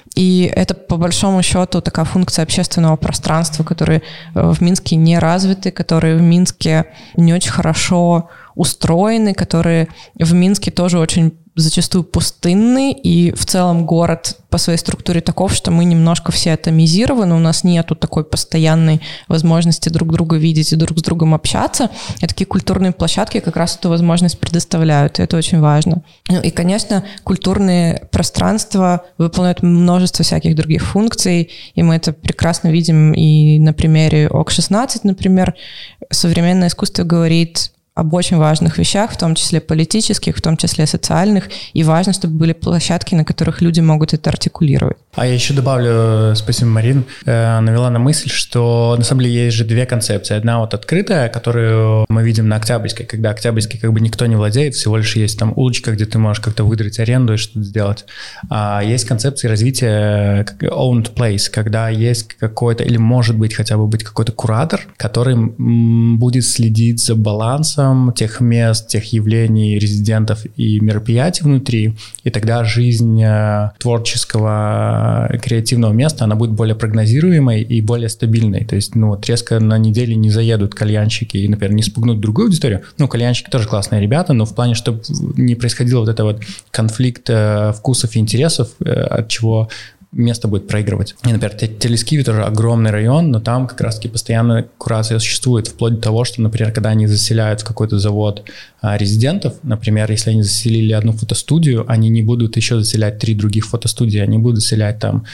Speaker 3: И это, по большому счету, такая функция общественного пространства, которые в Минске не развиты, которые в Минске не очень хорошо устроены, которые в Минске тоже очень зачастую пустынный, и в целом город по своей структуре таков, что мы немножко все атомизированы, у нас нету такой постоянной возможности друг друга видеть и друг с другом общаться. И такие культурные площадки как раз эту возможность предоставляют, и это очень важно. Ну и, конечно, культурные пространства выполняют множество всяких других функций, и мы это прекрасно видим и на примере ОК шестнадцать, например. Современное искусство говорит об очень важных вещах, в том числе политических, в том числе социальных, и важно, чтобы были площадки, на которых люди могут это артикулировать.
Speaker 1: А я еще добавлю, спасибо, Марин, э, навела на мысль, что на самом деле есть же две концепции. Одна вот открытая, которую мы видим на Октябрьской, когда Октябрьской как бы никто не владеет, всего лишь есть там улочка, где ты можешь как-то выдрать аренду и что-то сделать. А есть концепции развития как owned place, когда есть какой-то, или может быть хотя бы быть какой-то куратор, который м, будет следить за балансом тех мест, тех явлений, резидентов и мероприятий внутри, и тогда жизнь э, творческого, креативного места, она будет более прогнозируемой и более стабильной. То есть, ну, вот резко на неделе не заедут кальянщики и, например, не спугнут другую аудиторию. Ну, кальянщики тоже классные ребята, но в плане, чтобы не происходило вот это вот конфликт э, вкусов и интересов, э, от чего место будет проигрывать. И, например, Телескиви тоже огромный район, но там как раз-таки постоянно курация существует, вплоть до того, что, например, когда они заселяют в какой-то завод а, резидентов, например, если они заселили одну фотостудию, они не будут еще заселять три других фотостудии, они будут заселять там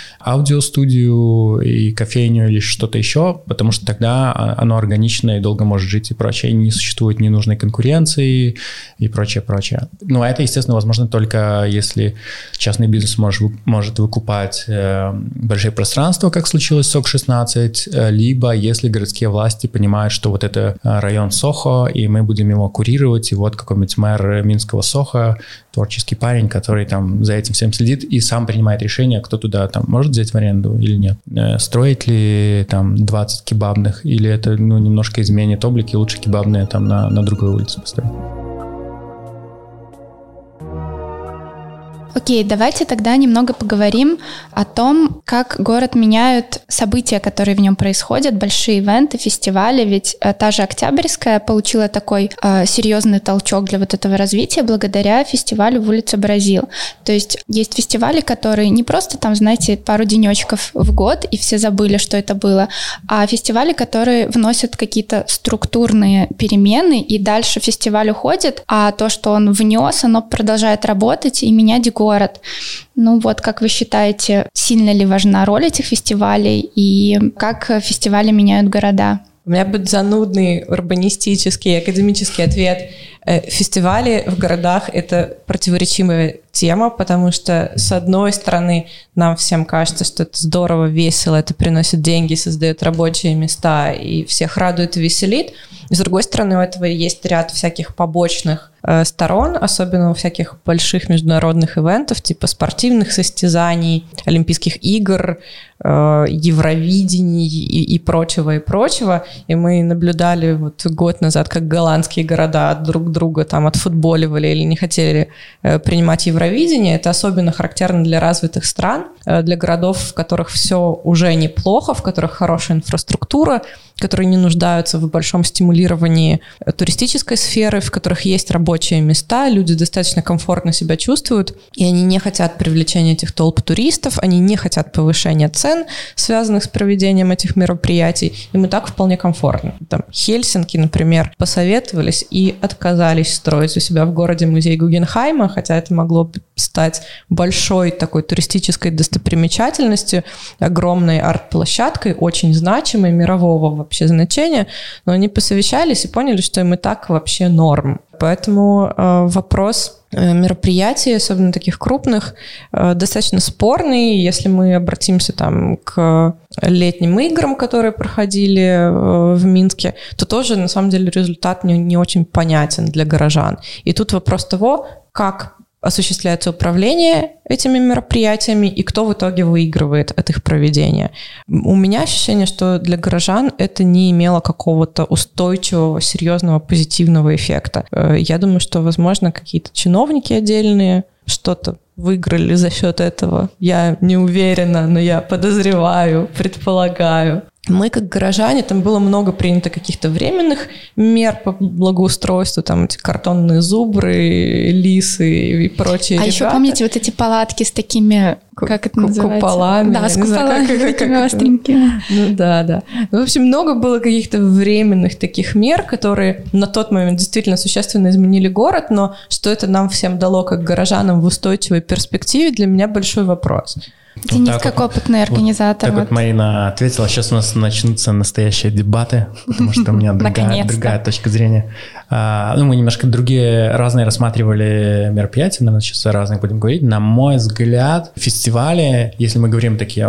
Speaker 1: аудиостудию и кофейню или что-то еще, потому что тогда оно органично и долго может жить и прочее, и не существует ненужной конкуренции и прочее, прочее. Ну, а это, естественно, возможно только если частный бизнес может, может выкупать большие пространства, как случилось с ОК шестнадцать, либо если городские власти понимают, что вот это район Сохо, и мы будем его курировать, и вот какой-нибудь мэр Минского Сохо, творческий парень, который там за этим всем следит и сам принимает решение, кто туда там может взять в аренду или нет. Строить ли там двадцать кебабных, или это ну, немножко изменит облик, и лучше кебабные там на, на другой улице построить.
Speaker 2: Окей, Окей, давайте тогда немного поговорим о том, как город меняют события, которые в нем происходят, большие ивенты, фестивали, ведь э, та же Октябрьская получила такой э, серьезный толчок для вот этого развития благодаря фестивалю в улице Бразил. То есть есть фестивали, которые не просто там, знаете, пару денечков в год, и все забыли, что это было, а фестивали, которые вносят какие-то структурные перемены, и дальше фестиваль уходит, а то, что он внес, оно продолжает работать и менять город. Ну вот, как вы считаете, сильно ли важна роль этих фестивалей и как фестивали меняют города?
Speaker 3: У меня будет занудный урбанистический, академический ответ. Фестивали в городах – это противоречивая тема, потому что, с одной стороны, нам всем кажется, что это здорово, весело, это приносит деньги, создает рабочие места и всех радует и веселит. С другой стороны, у этого есть ряд всяких побочных э, сторон, особенно у всяких больших международных ивентов, типа спортивных состязаний, Олимпийских игр, э, Евровидений и, и прочего, и прочего. И мы наблюдали вот год назад, как голландские города друг друга там отфутболивали или не хотели э, принимать Евровидение. Это особенно характерно для развитых стран, э, для городов, в которых все уже неплохо, в которых хорошая инфраструктура, которые не нуждаются в большом стимулировании туристической сферы, в которых есть рабочие места, люди достаточно комфортно себя чувствуют, и они не хотят привлечения этих толп туристов, они не хотят повышения цен, связанных с проведением этих мероприятий, им и так вполне комфортно. Там Хельсинки, например, посоветовались и отказались строить у себя в городе музей Гугенхайма, хотя это могло бы стать большой такой туристической достопримечательностью, огромной арт-площадкой, очень значимой, мирового вообще значения, но они посовещались и поняли, что им и так вообще норм. Поэтому э, вопрос э, мероприятий, особенно таких крупных, э, достаточно спорный. Если мы обратимся там к летним играм, которые проходили э, в Минске, то тоже на самом деле результат не, не очень понятен для горожан. И тут вопрос того, как осуществляется управление этими мероприятиями и кто в итоге выигрывает от их проведения. У меня ощущение, что для горожан это не имело какого-то устойчивого, серьезного, позитивного эффекта. Я думаю, что, возможно, какие-то чиновники отдельные что-то выиграли за счет этого. Я не уверена, но я подозреваю, предполагаю. Мы, как горожане, там было много принято каких-то временных мер по благоустройству, там эти картонные зубры, лисы и прочие
Speaker 2: А
Speaker 3: ребята.
Speaker 2: еще помните вот эти палатки с такими, как это называется?
Speaker 3: Куполами.
Speaker 2: Да, с куполами, такими остренькими.
Speaker 3: Ну да, да. Ну, в общем, много было каких-то временных таких мер, которые на тот момент действительно существенно изменили город, но что это нам всем дало как горожанам в устойчивой перспективе, для меня большой вопрос.
Speaker 2: Денис,
Speaker 1: вот
Speaker 2: как
Speaker 1: вот,
Speaker 2: опытный организатор.
Speaker 1: Вот, так вот Марина ответила, сейчас у нас начнутся настоящие дебаты, потому что у меня другая, другая точка зрения. А, ну, мы немножко другие, разные рассматривали мероприятия, наверное, сейчас о разных будем говорить. На мой взгляд, фестивали, если мы говорим такие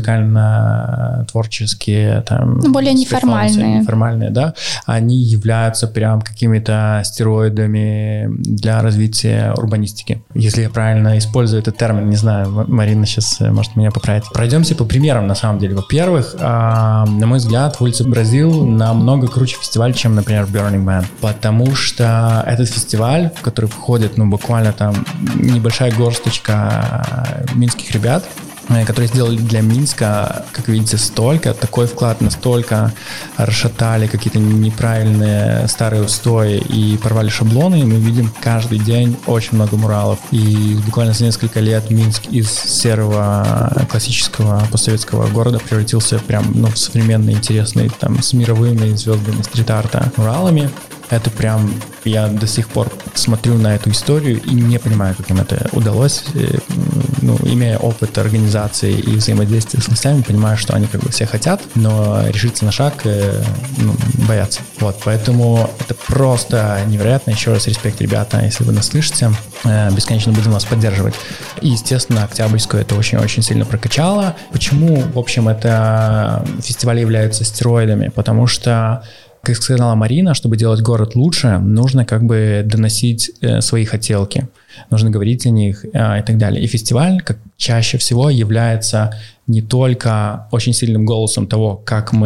Speaker 1: околомузыкально-творческие, там,
Speaker 2: ну, более неформальные.
Speaker 1: неформальные, да, они являются прям какими-то стероидами для развития урбанистики. Если я правильно использую этот термин, не знаю, Марина сейчас может меня поправить. Пройдемся по примерам, на самом деле. Во-первых, э, на мой взгляд, улица Бразил намного круче фестиваль, чем, например, Burning Man. Потому что этот фестиваль, в который входит, ну, буквально там небольшая горсточка минских ребят, которые сделали для Минска, как видите, столько, такой вклад, настолько расшатали какие-то неправильные старые устои и порвали шаблоны, и мы видим каждый день очень много муралов. И буквально за несколько лет Минск из серого классического постсоветского города превратился прям, ну, в современный, интересный, там, с мировыми звездами стрит-арта муралами. Это прям, я до сих пор смотрю на эту историю и не понимаю, как им это удалось. Ну, имея опыт организации и взаимодействия с властями, понимаю, что они как бы все хотят, но решиться на шаг, ну, боятся. Вот, поэтому это просто невероятно. Еще раз респект, ребята, если вы нас слышите. Бесконечно будем вас поддерживать. И, естественно, Октябрьскую это очень-очень сильно прокачало. Почему, в общем, это фестивали являются стероидами? Потому что, как сказала Марина, чтобы делать город лучше, нужно как бы доносить э, свои хотелки, нужно говорить о них э, и так далее. И фестиваль, как чаще всего, является не только очень сильным голосом того, как мы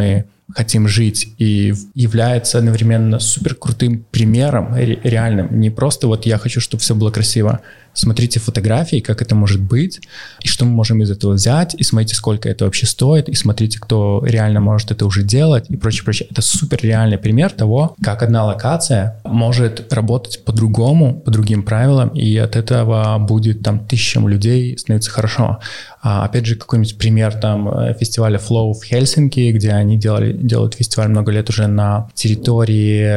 Speaker 1: хотим жить, и является одновременно супер крутым примером реальным. Не просто вот я хочу, чтобы все было красиво. Смотрите фотографии, как это может быть, и что мы можем из этого взять, и смотрите, сколько это вообще стоит, и смотрите, кто реально может это уже делать, и прочее, прочее. Это супер реальный пример того, как одна локация может работать по-другому, по другим правилам, и от этого будет там тысячам людей становиться хорошо. А, опять же, какой-нибудь пример там фестиваля Flow в Хельсинки, где они делали, делают фестиваль много лет уже на территории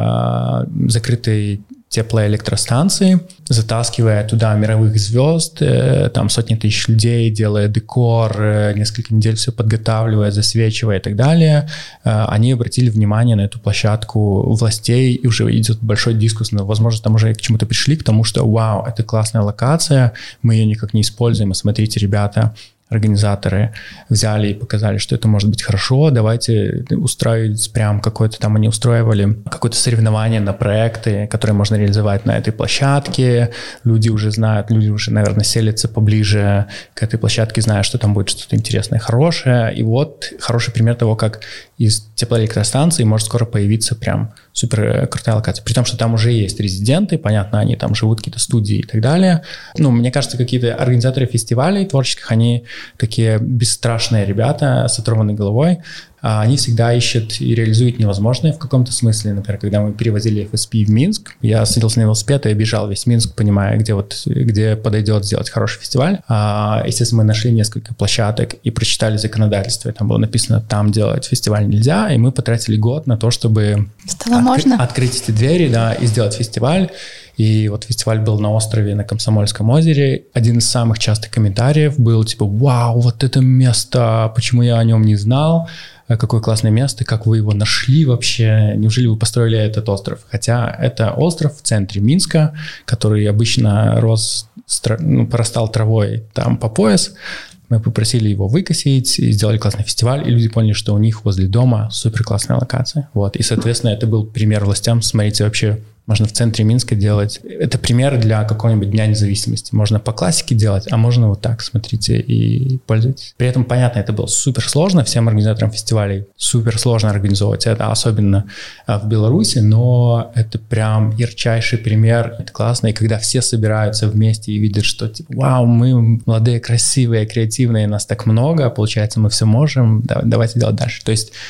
Speaker 1: э, закрытой теплоэлектростанции, затаскивая туда мировых звезд, э, там сотни тысяч людей, делая декор, э, несколько недель все подготавливая, засвечивая и так далее, э, они обратили внимание на эту площадку властей, и уже идет большой дискус, но, возможно, там уже к чему-то пришли, к тому, что вау, это классная локация, мы ее никак не используем, и смотрите, ребята, организаторы взяли и показали, что это может быть хорошо, давайте устраивать прям какое-то там, они устраивали какое-то соревнование на проекты, которые можно реализовать на этой площадке, люди уже знают, люди уже, наверное, селятся поближе к этой площадке, зная, что там будет что-то интересное, хорошее, и вот хороший пример того, как из теплоэлектростанции может скоро появиться прям супер крутая локация, при том, что там уже есть резиденты, понятно, они там живут, какие-то студии и так далее. Ну, мне кажется, какие-то организаторы фестивалей творческих, они такие бесстрашные ребята с оторванной головой, они всегда ищут и реализуют невозможное в каком-то смысле. Например, когда мы перевозили эф эс пи в Минск, я садился на велосипед и объезжал весь Минск, понимая, где, вот, где подойдет сделать хороший фестиваль. А, естественно, мы нашли несколько площадок и прочитали законодательство. И там было написано, там делать фестиваль нельзя, и мы потратили год на то, чтобы
Speaker 2: откры-
Speaker 1: открыть эти двери, да, и сделать фестиваль. И вот фестиваль был на острове на Комсомольском озере. Один из самых частых комментариев был типа, вау, вот это место, почему я о нем не знал? Какое классное место, как вы его нашли вообще, неужели вы построили этот остров? Хотя это остров в центре Минска, который обычно рос, ну, порастал травой там по пояс. Мы попросили его выкосить, и сделали классный фестиваль, и люди поняли, что у них возле дома супер классная локация. Вот. И, соответственно, это был пример властям. Смотрите, вообще можно в центре Минска делать. Это пример для какого-нибудь Дня независимости. Можно по классике делать, а можно вот так, смотрите, и пользуйтесь. При этом, понятно, это было супер сложно. Всем организаторам фестивалей супер сложно организовывать это, особенно в Беларуси, но это прям ярчайший пример. Это классно. И когда все собираются вместе и видят, что типа, вау, мы молодые, красивые, креативные, нас так много, получается, мы все можем, давайте делать дальше. То есть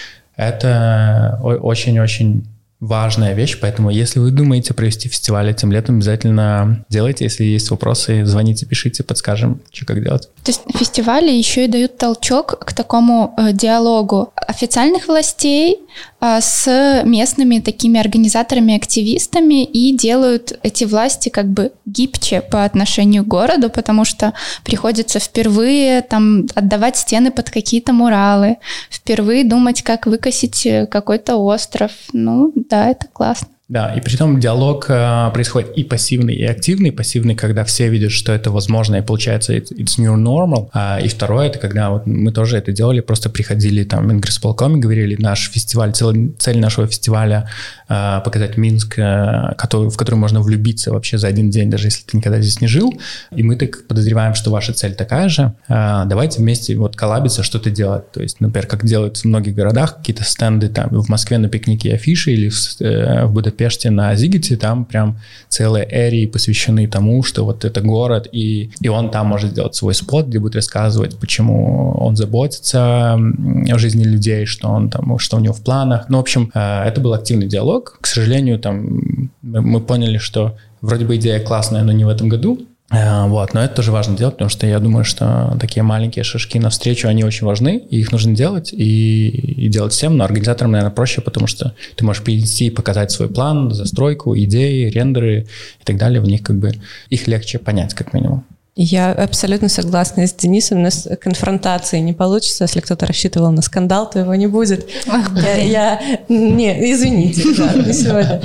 Speaker 1: это очень-очень важная вещь, поэтому если вы думаете провести фестиваль этим летом, обязательно делайте. Если есть вопросы, звоните, пишите, подскажем, что как делать.
Speaker 2: То есть фестивали еще и дают толчок к такому э, диалогу официальных властей э, с местными такими организаторами, активистами, и делают эти власти как бы гибче по отношению к городу, потому что приходится впервые там отдавать стены под какие-то муралы, впервые думать, как выкосить какой-то остров. Ну, да, это классно.
Speaker 1: Да, и при том диалог э, происходит и пассивный, и активный. Пассивный, когда все видят, что это возможно, и получается it's new normal. А, и второе, это когда вот мы тоже это делали, просто приходили там в Мингрисполком и говорили, наш фестиваль, цель, цель нашего фестиваля э, показать Минск, э, который, в который можно влюбиться вообще за один день, даже если ты никогда здесь не жил. И мы так подозреваем, что ваша цель такая же. Э, давайте вместе вот коллабиться, что-то делать. То есть, например, как делают в многих городах, какие-то стенды там в Москве на пикнике афиши или в, э, в Будапеште Пеште на Зигете, там прям целые эрии посвящены тому, что вот это город, и, и он там может сделать свой спот, где будет рассказывать, почему он заботится о жизни людей, что он там, что у него в планах. Ну, в общем, это был активный диалог. К сожалению, там мы поняли, что вроде бы идея классная, но не в этом году. Вот, но это тоже важно делать, потому что я думаю, что такие маленькие шажки навстречу, они очень важны, и их нужно делать, и, и делать всем, но организаторам, наверное, проще, потому что ты можешь принести и показать свой план, застройку, идеи, рендеры и так далее, в них как бы их легче понять, как минимум.
Speaker 3: Я абсолютно согласна с Денисом. У нас конфронтации не получится. Если кто-то рассчитывал на скандал, то его не будет. Я, я... Не, извините, да, не сегодня.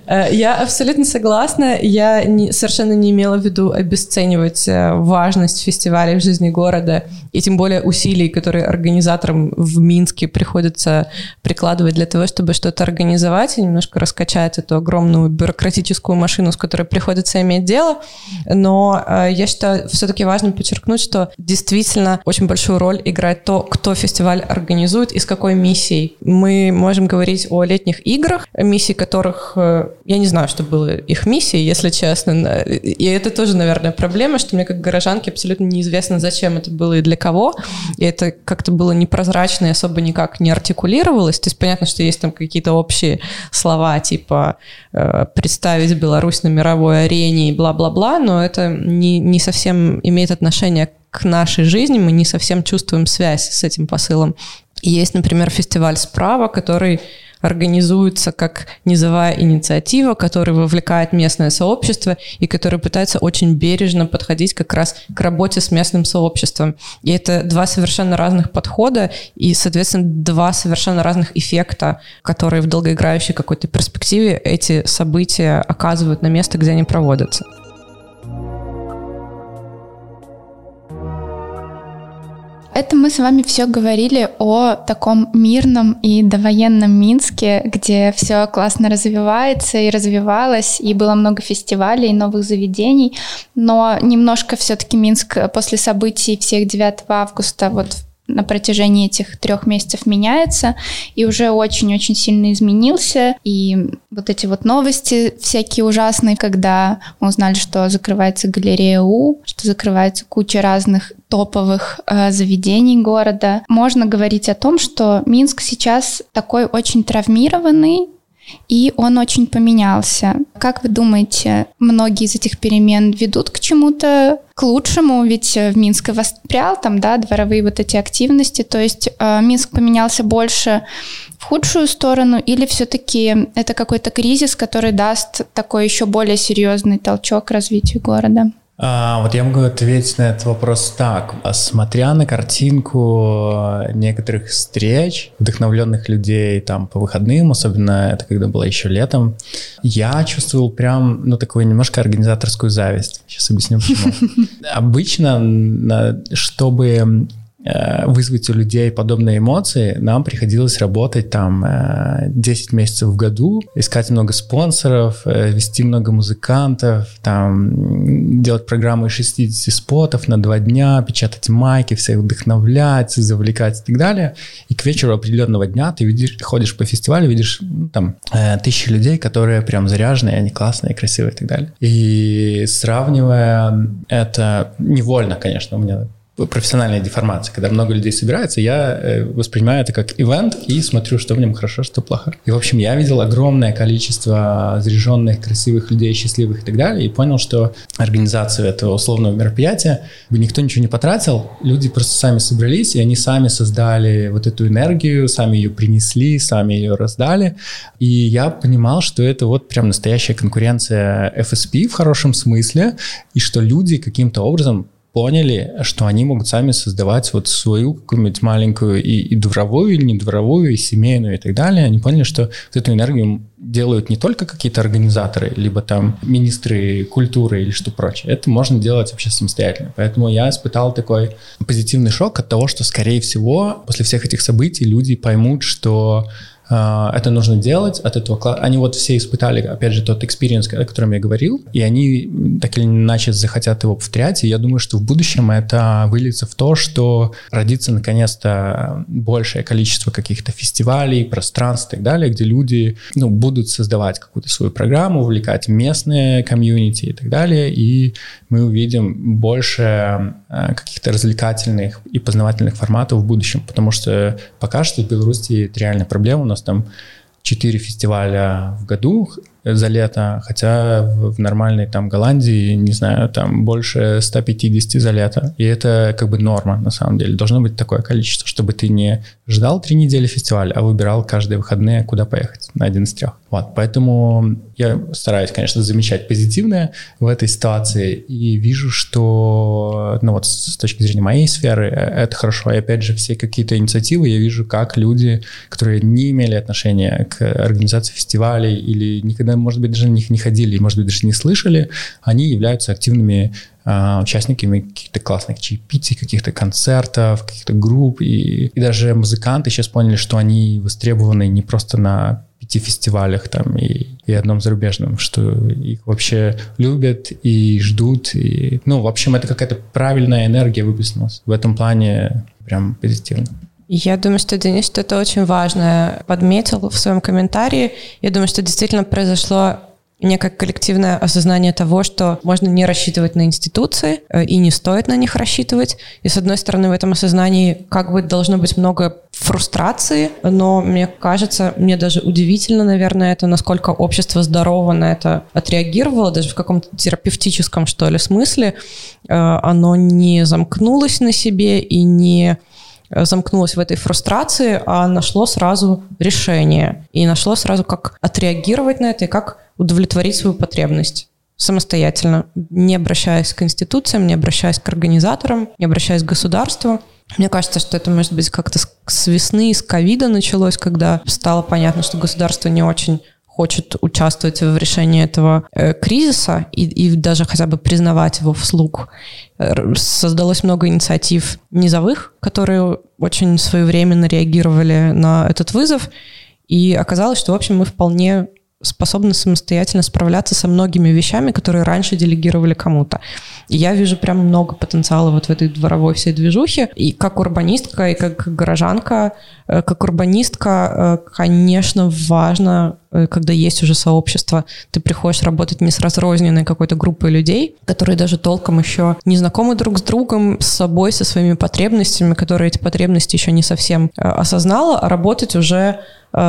Speaker 3: Я абсолютно согласна. Я не, совершенно не имела в виду обесценивать важность фестивалей в жизни города, и тем более усилий, которые организаторам в Минске приходится прикладывать для того, чтобы что-то организовать и немножко раскачать эту огромную бюрократическую машину, с которой приходится иметь дело. Но я считаю, все-таки важно подчеркнуть, что действительно очень большую роль играет то, кто фестиваль организует и с какой миссией. Мы можем говорить о летних играх, миссии которых, я не знаю, что было их миссией, если честно. И это тоже, наверное, проблема, что мне как горожанке абсолютно неизвестно, зачем это было и для кого. И это как-то было непрозрачно и особо никак не артикулировалось. То есть понятно, что есть там какие-то общие слова, типа представить Беларусь на мировой арене и бла-бла-бла, но это не, не совсем имеет отношение к нашей жизни, мы не совсем чувствуем связь с этим посылом. И есть, например, фестиваль «Справа», который организуется как низовая инициатива, который вовлекает местное сообщество и который пытается очень бережно подходить как раз к работе с местным сообществом. И это два совершенно разных подхода и, соответственно, два совершенно разных эффекта, которые в долгоиграющей какой-то перспективе эти события оказывают на место, где они проводятся.
Speaker 2: Это мы с вами все говорили о таком мирном и довоенном Минске, где все классно развивается и развивалось, и было много фестивалей, новых заведений, но немножко все-таки Минск после событий всех девятого августа вот на протяжении этих трех месяцев меняется и уже очень-очень сильно изменился. И вот эти вот новости всякие ужасные, когда мы узнали, что закрывается галерея У, что закрывается куча разных топовых э, заведений города. Можно говорить о том, что Минск сейчас такой очень травмированный, и он очень поменялся. Как вы думаете, многие из этих перемен ведут к чему-то, к лучшему? Ведь в Минск воспрял там, да, дворовые вот эти активности. То есть э, Минск поменялся больше в худшую сторону, или все-таки это какой-то кризис, который даст такой еще более серьезный толчок к развитию города?
Speaker 1: А, вот я могу ответить на этот вопрос так. Смотря на картинку некоторых встреч, вдохновленных людей там по выходным, особенно это когда было еще летом, я чувствовал прям, ну, такую немножко организаторскую зависть. Сейчас объясню, почему. Обычно, чтобы вызвать у людей подобные эмоции, нам приходилось работать там десять месяцев в году, искать много спонсоров, вести много музыкантов, там делать программы из шестидесяти спотов на два дня, печатать майки, всех вдохновлять, завлекать и так далее. И к вечеру определенного дня ты видишь, ходишь по фестивалю, видишь, ну, там тысячи людей, которые прям заряженные, они классные, красивые и так далее. И сравнивая это невольно, конечно, у меня профессиональная деформация. Когда много людей собирается, я воспринимаю это как ивент и смотрю, что в нем хорошо, что плохо. И, в общем, я видел огромное количество заряженных, красивых людей, счастливых и так далее, и понял, что организацию этого условного мероприятия никто ничего не потратил, люди просто сами собрались, и они сами создали вот эту энергию, сами ее принесли, сами ее раздали. И я понимал, что это вот прям настоящая конкуренция эф эс пи в хорошем смысле, и что люди каким-то образом поняли, что они могут сами создавать вот свою какую-нибудь маленькую и, и дворовую, или не дворовую, и семейную, и так далее. Они поняли, что вот эту энергию делают не только какие-то организаторы, либо там министры культуры или что прочее. Это можно делать вообще самостоятельно. Поэтому я испытал такой позитивный шок от того, что, скорее всего, после всех этих событий люди поймут, что это нужно делать, от этого они вот все испытали, опять же, тот экспириенс, о котором я говорил, и они так или иначе захотят его повторять, и я думаю, что в будущем это выльется в то, что родится наконец-то большее количество каких-то фестивалей, пространств и так далее, где люди, ну, будут создавать какую-то свою программу, увлекать местные комьюнити и так далее, и мы увидим больше каких-то развлекательных и познавательных форматов в будущем, потому что пока что в Беларуси это реальная проблема. У нас там четыре фестиваля в году за лето, хотя в нормальной там Голландии, не знаю, там больше ста пятидесяти за лето. И это как бы норма, на самом деле. Должно быть такое количество, чтобы ты не ждал три недели фестиваля, а выбирал каждые выходные, куда поехать на один из трех. Вот, поэтому я стараюсь, конечно, замечать позитивное в этой ситуации и вижу, что, ну вот с точки зрения моей сферы, это хорошо. И опять же, все какие-то инициативы я вижу, как люди, которые не имели отношения к организации фестивалей или никогда, может быть, даже на них не ходили, может быть, даже не слышали, они являются активными э, участниками каких-то классных чаепитий, каких-то концертов, каких-то групп. И, и даже музыканты сейчас поняли, что они востребованы не просто на пяти фестивалях там и, и одном зарубежном, что их вообще любят и ждут. И, ну, в общем, это какая-то правильная энергия выплеснулась. В этом плане прям позитивно.
Speaker 3: Я думаю, что Денис что-то очень важное подметил в своем комментарии. Я думаю, что действительно произошло некое коллективное осознание того, что можно не рассчитывать на институции и не стоит на них рассчитывать. И, с одной стороны, в этом осознании как бы должно быть много фрустрации, но мне кажется, мне даже удивительно, наверное, это, насколько общество здорово на это отреагировало, даже в каком-то терапевтическом, что ли, смысле. Оно не замкнулось на себе и не замкнулось в этой фрустрации, а нашло сразу решение. И нашло сразу, как отреагировать на это и как удовлетворить свою потребность самостоятельно, не обращаясь к институциям, не обращаясь к организаторам, не обращаясь к государству. Мне кажется, что это, может быть, как-то с весны, с ковида началось, когда стало понятно, что государство не очень хочет участвовать в решении этого э, кризиса и, и даже хотя бы признавать его вслух. Создалось много инициатив низовых, которые очень своевременно реагировали на этот вызов, и оказалось, что, в общем, мы вполне способны самостоятельно справляться со многими вещами, которые раньше делегировали кому-то. И я вижу прям много потенциала вот в этой дворовой всей движухе. И как урбанистка, и как горожанка, как урбанистка, конечно, важно, когда есть уже сообщество, ты приходишь работать не с разрозненной какой-то группой людей, которые даже толком еще не знакомы друг с другом, с собой, со своими потребностями, которые эти потребности еще не совсем осознала, а работать уже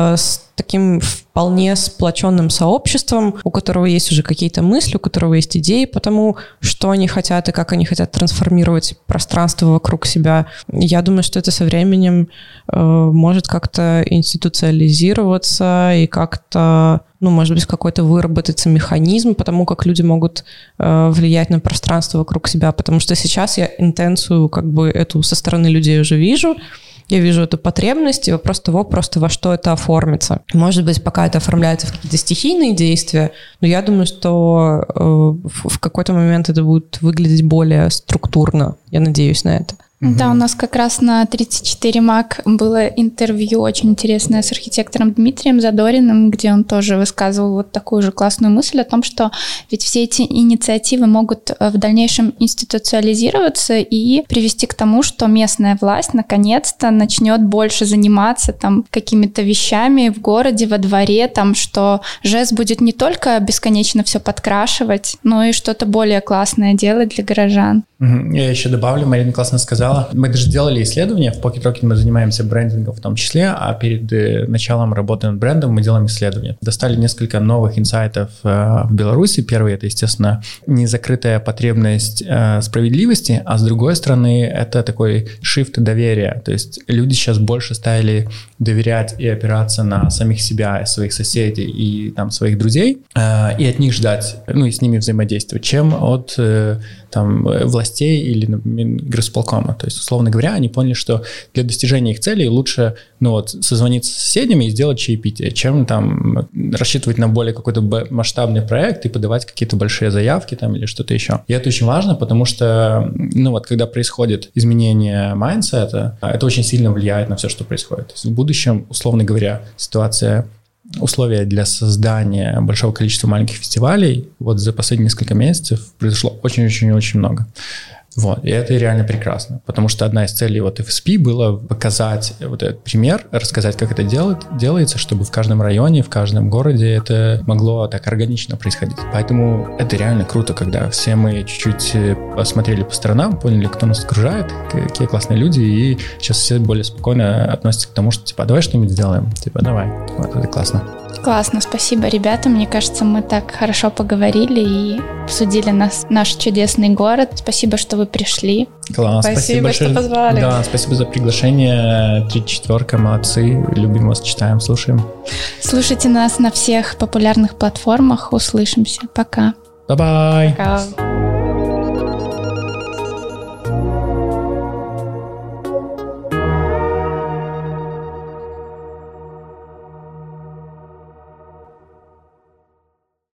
Speaker 3: с таким вполне сплоченным сообществом, у которого есть уже какие-то мысли, у которого есть идеи по тому, что они хотят и как они хотят трансформировать пространство вокруг себя. Я думаю, что это со временем э, может как-то институциализироваться и как-то, ну, может быть, какой-то выработается механизм по тому, как люди могут э, влиять на пространство вокруг себя, потому что сейчас я интенцию как бы эту со стороны людей уже вижу. Я вижу эту потребность, и вопрос того, просто во что это оформится. Может быть, пока это оформляется в какие-то стихийные действия, но я думаю, что э, в какой-то момент это будет выглядеть более структурно. Я надеюсь на это.
Speaker 2: Да, у нас как раз на тридцать четыре мак было интервью очень интересное с архитектором Дмитрием Задориным, где он тоже высказывал вот такую же классную мысль о том, что ведь все эти инициативы могут в дальнейшем институциализироваться и привести к тому, что местная власть наконец-то начнет больше заниматься там какими-то вещами в городе, во дворе, там, что ЖЭС будет не только бесконечно все подкрашивать, но и что-то более классное делать для горожан.
Speaker 1: Я еще добавлю, Марина классно сказала. Мы даже делали исследования, в Pocket Rocket мы занимаемся брендингом в том числе, а перед началом работы над брендом мы делаем исследования. Достали несколько новых инсайтов в Беларуси. Первый — это, естественно, незакрытая потребность справедливости, а с другой стороны, это такой шифт доверия. То есть люди сейчас больше стали доверять и опираться на самих себя, своих соседей и там своих друзей, и от них ждать, ну и с ними взаимодействовать, чем от там властей или горосполкома. То есть, условно говоря, они поняли, что для достижения их целей лучше, ну вот, созвониться с соседями и сделать чаепитие, чем там рассчитывать на более какой-то масштабный проект и подавать какие-то большие заявки там или что-то еще. И это очень важно, потому что, ну вот, когда происходит изменение майндсета, это очень сильно влияет на все, что происходит. То есть в будущем, условно говоря, ситуация условия для создания большого количества маленьких фестивалей вот за последние несколько месяцев произошло очень-очень-очень много. Вот, и это реально прекрасно, потому что одна из целей вот эф эс пи была показать вот этот пример, рассказать, как это делает, делается, чтобы в каждом районе, в каждом городе это могло так органично происходить. Поэтому это реально круто, когда все мы чуть-чуть посмотрели по сторонам, поняли, кто нас окружает, какие классные люди, и сейчас все более спокойно относятся к тому, что типа, давай что-нибудь сделаем, типа, давай, вот это классно.
Speaker 2: Классно, спасибо, ребята. Мне кажется, мы так хорошо поговорили и обсудили нас, наш чудесный город. Спасибо, что вы пришли.
Speaker 1: Класс, спасибо,
Speaker 3: спасибо
Speaker 1: большое.
Speaker 3: что позвали.
Speaker 1: Да, спасибо за приглашение. Тридцать четверка, молодцы. Любим вас, читаем, слушаем.
Speaker 2: Слушайте нас на всех популярных платформах. Услышимся. Пока.
Speaker 1: Bye-bye.
Speaker 3: Пока.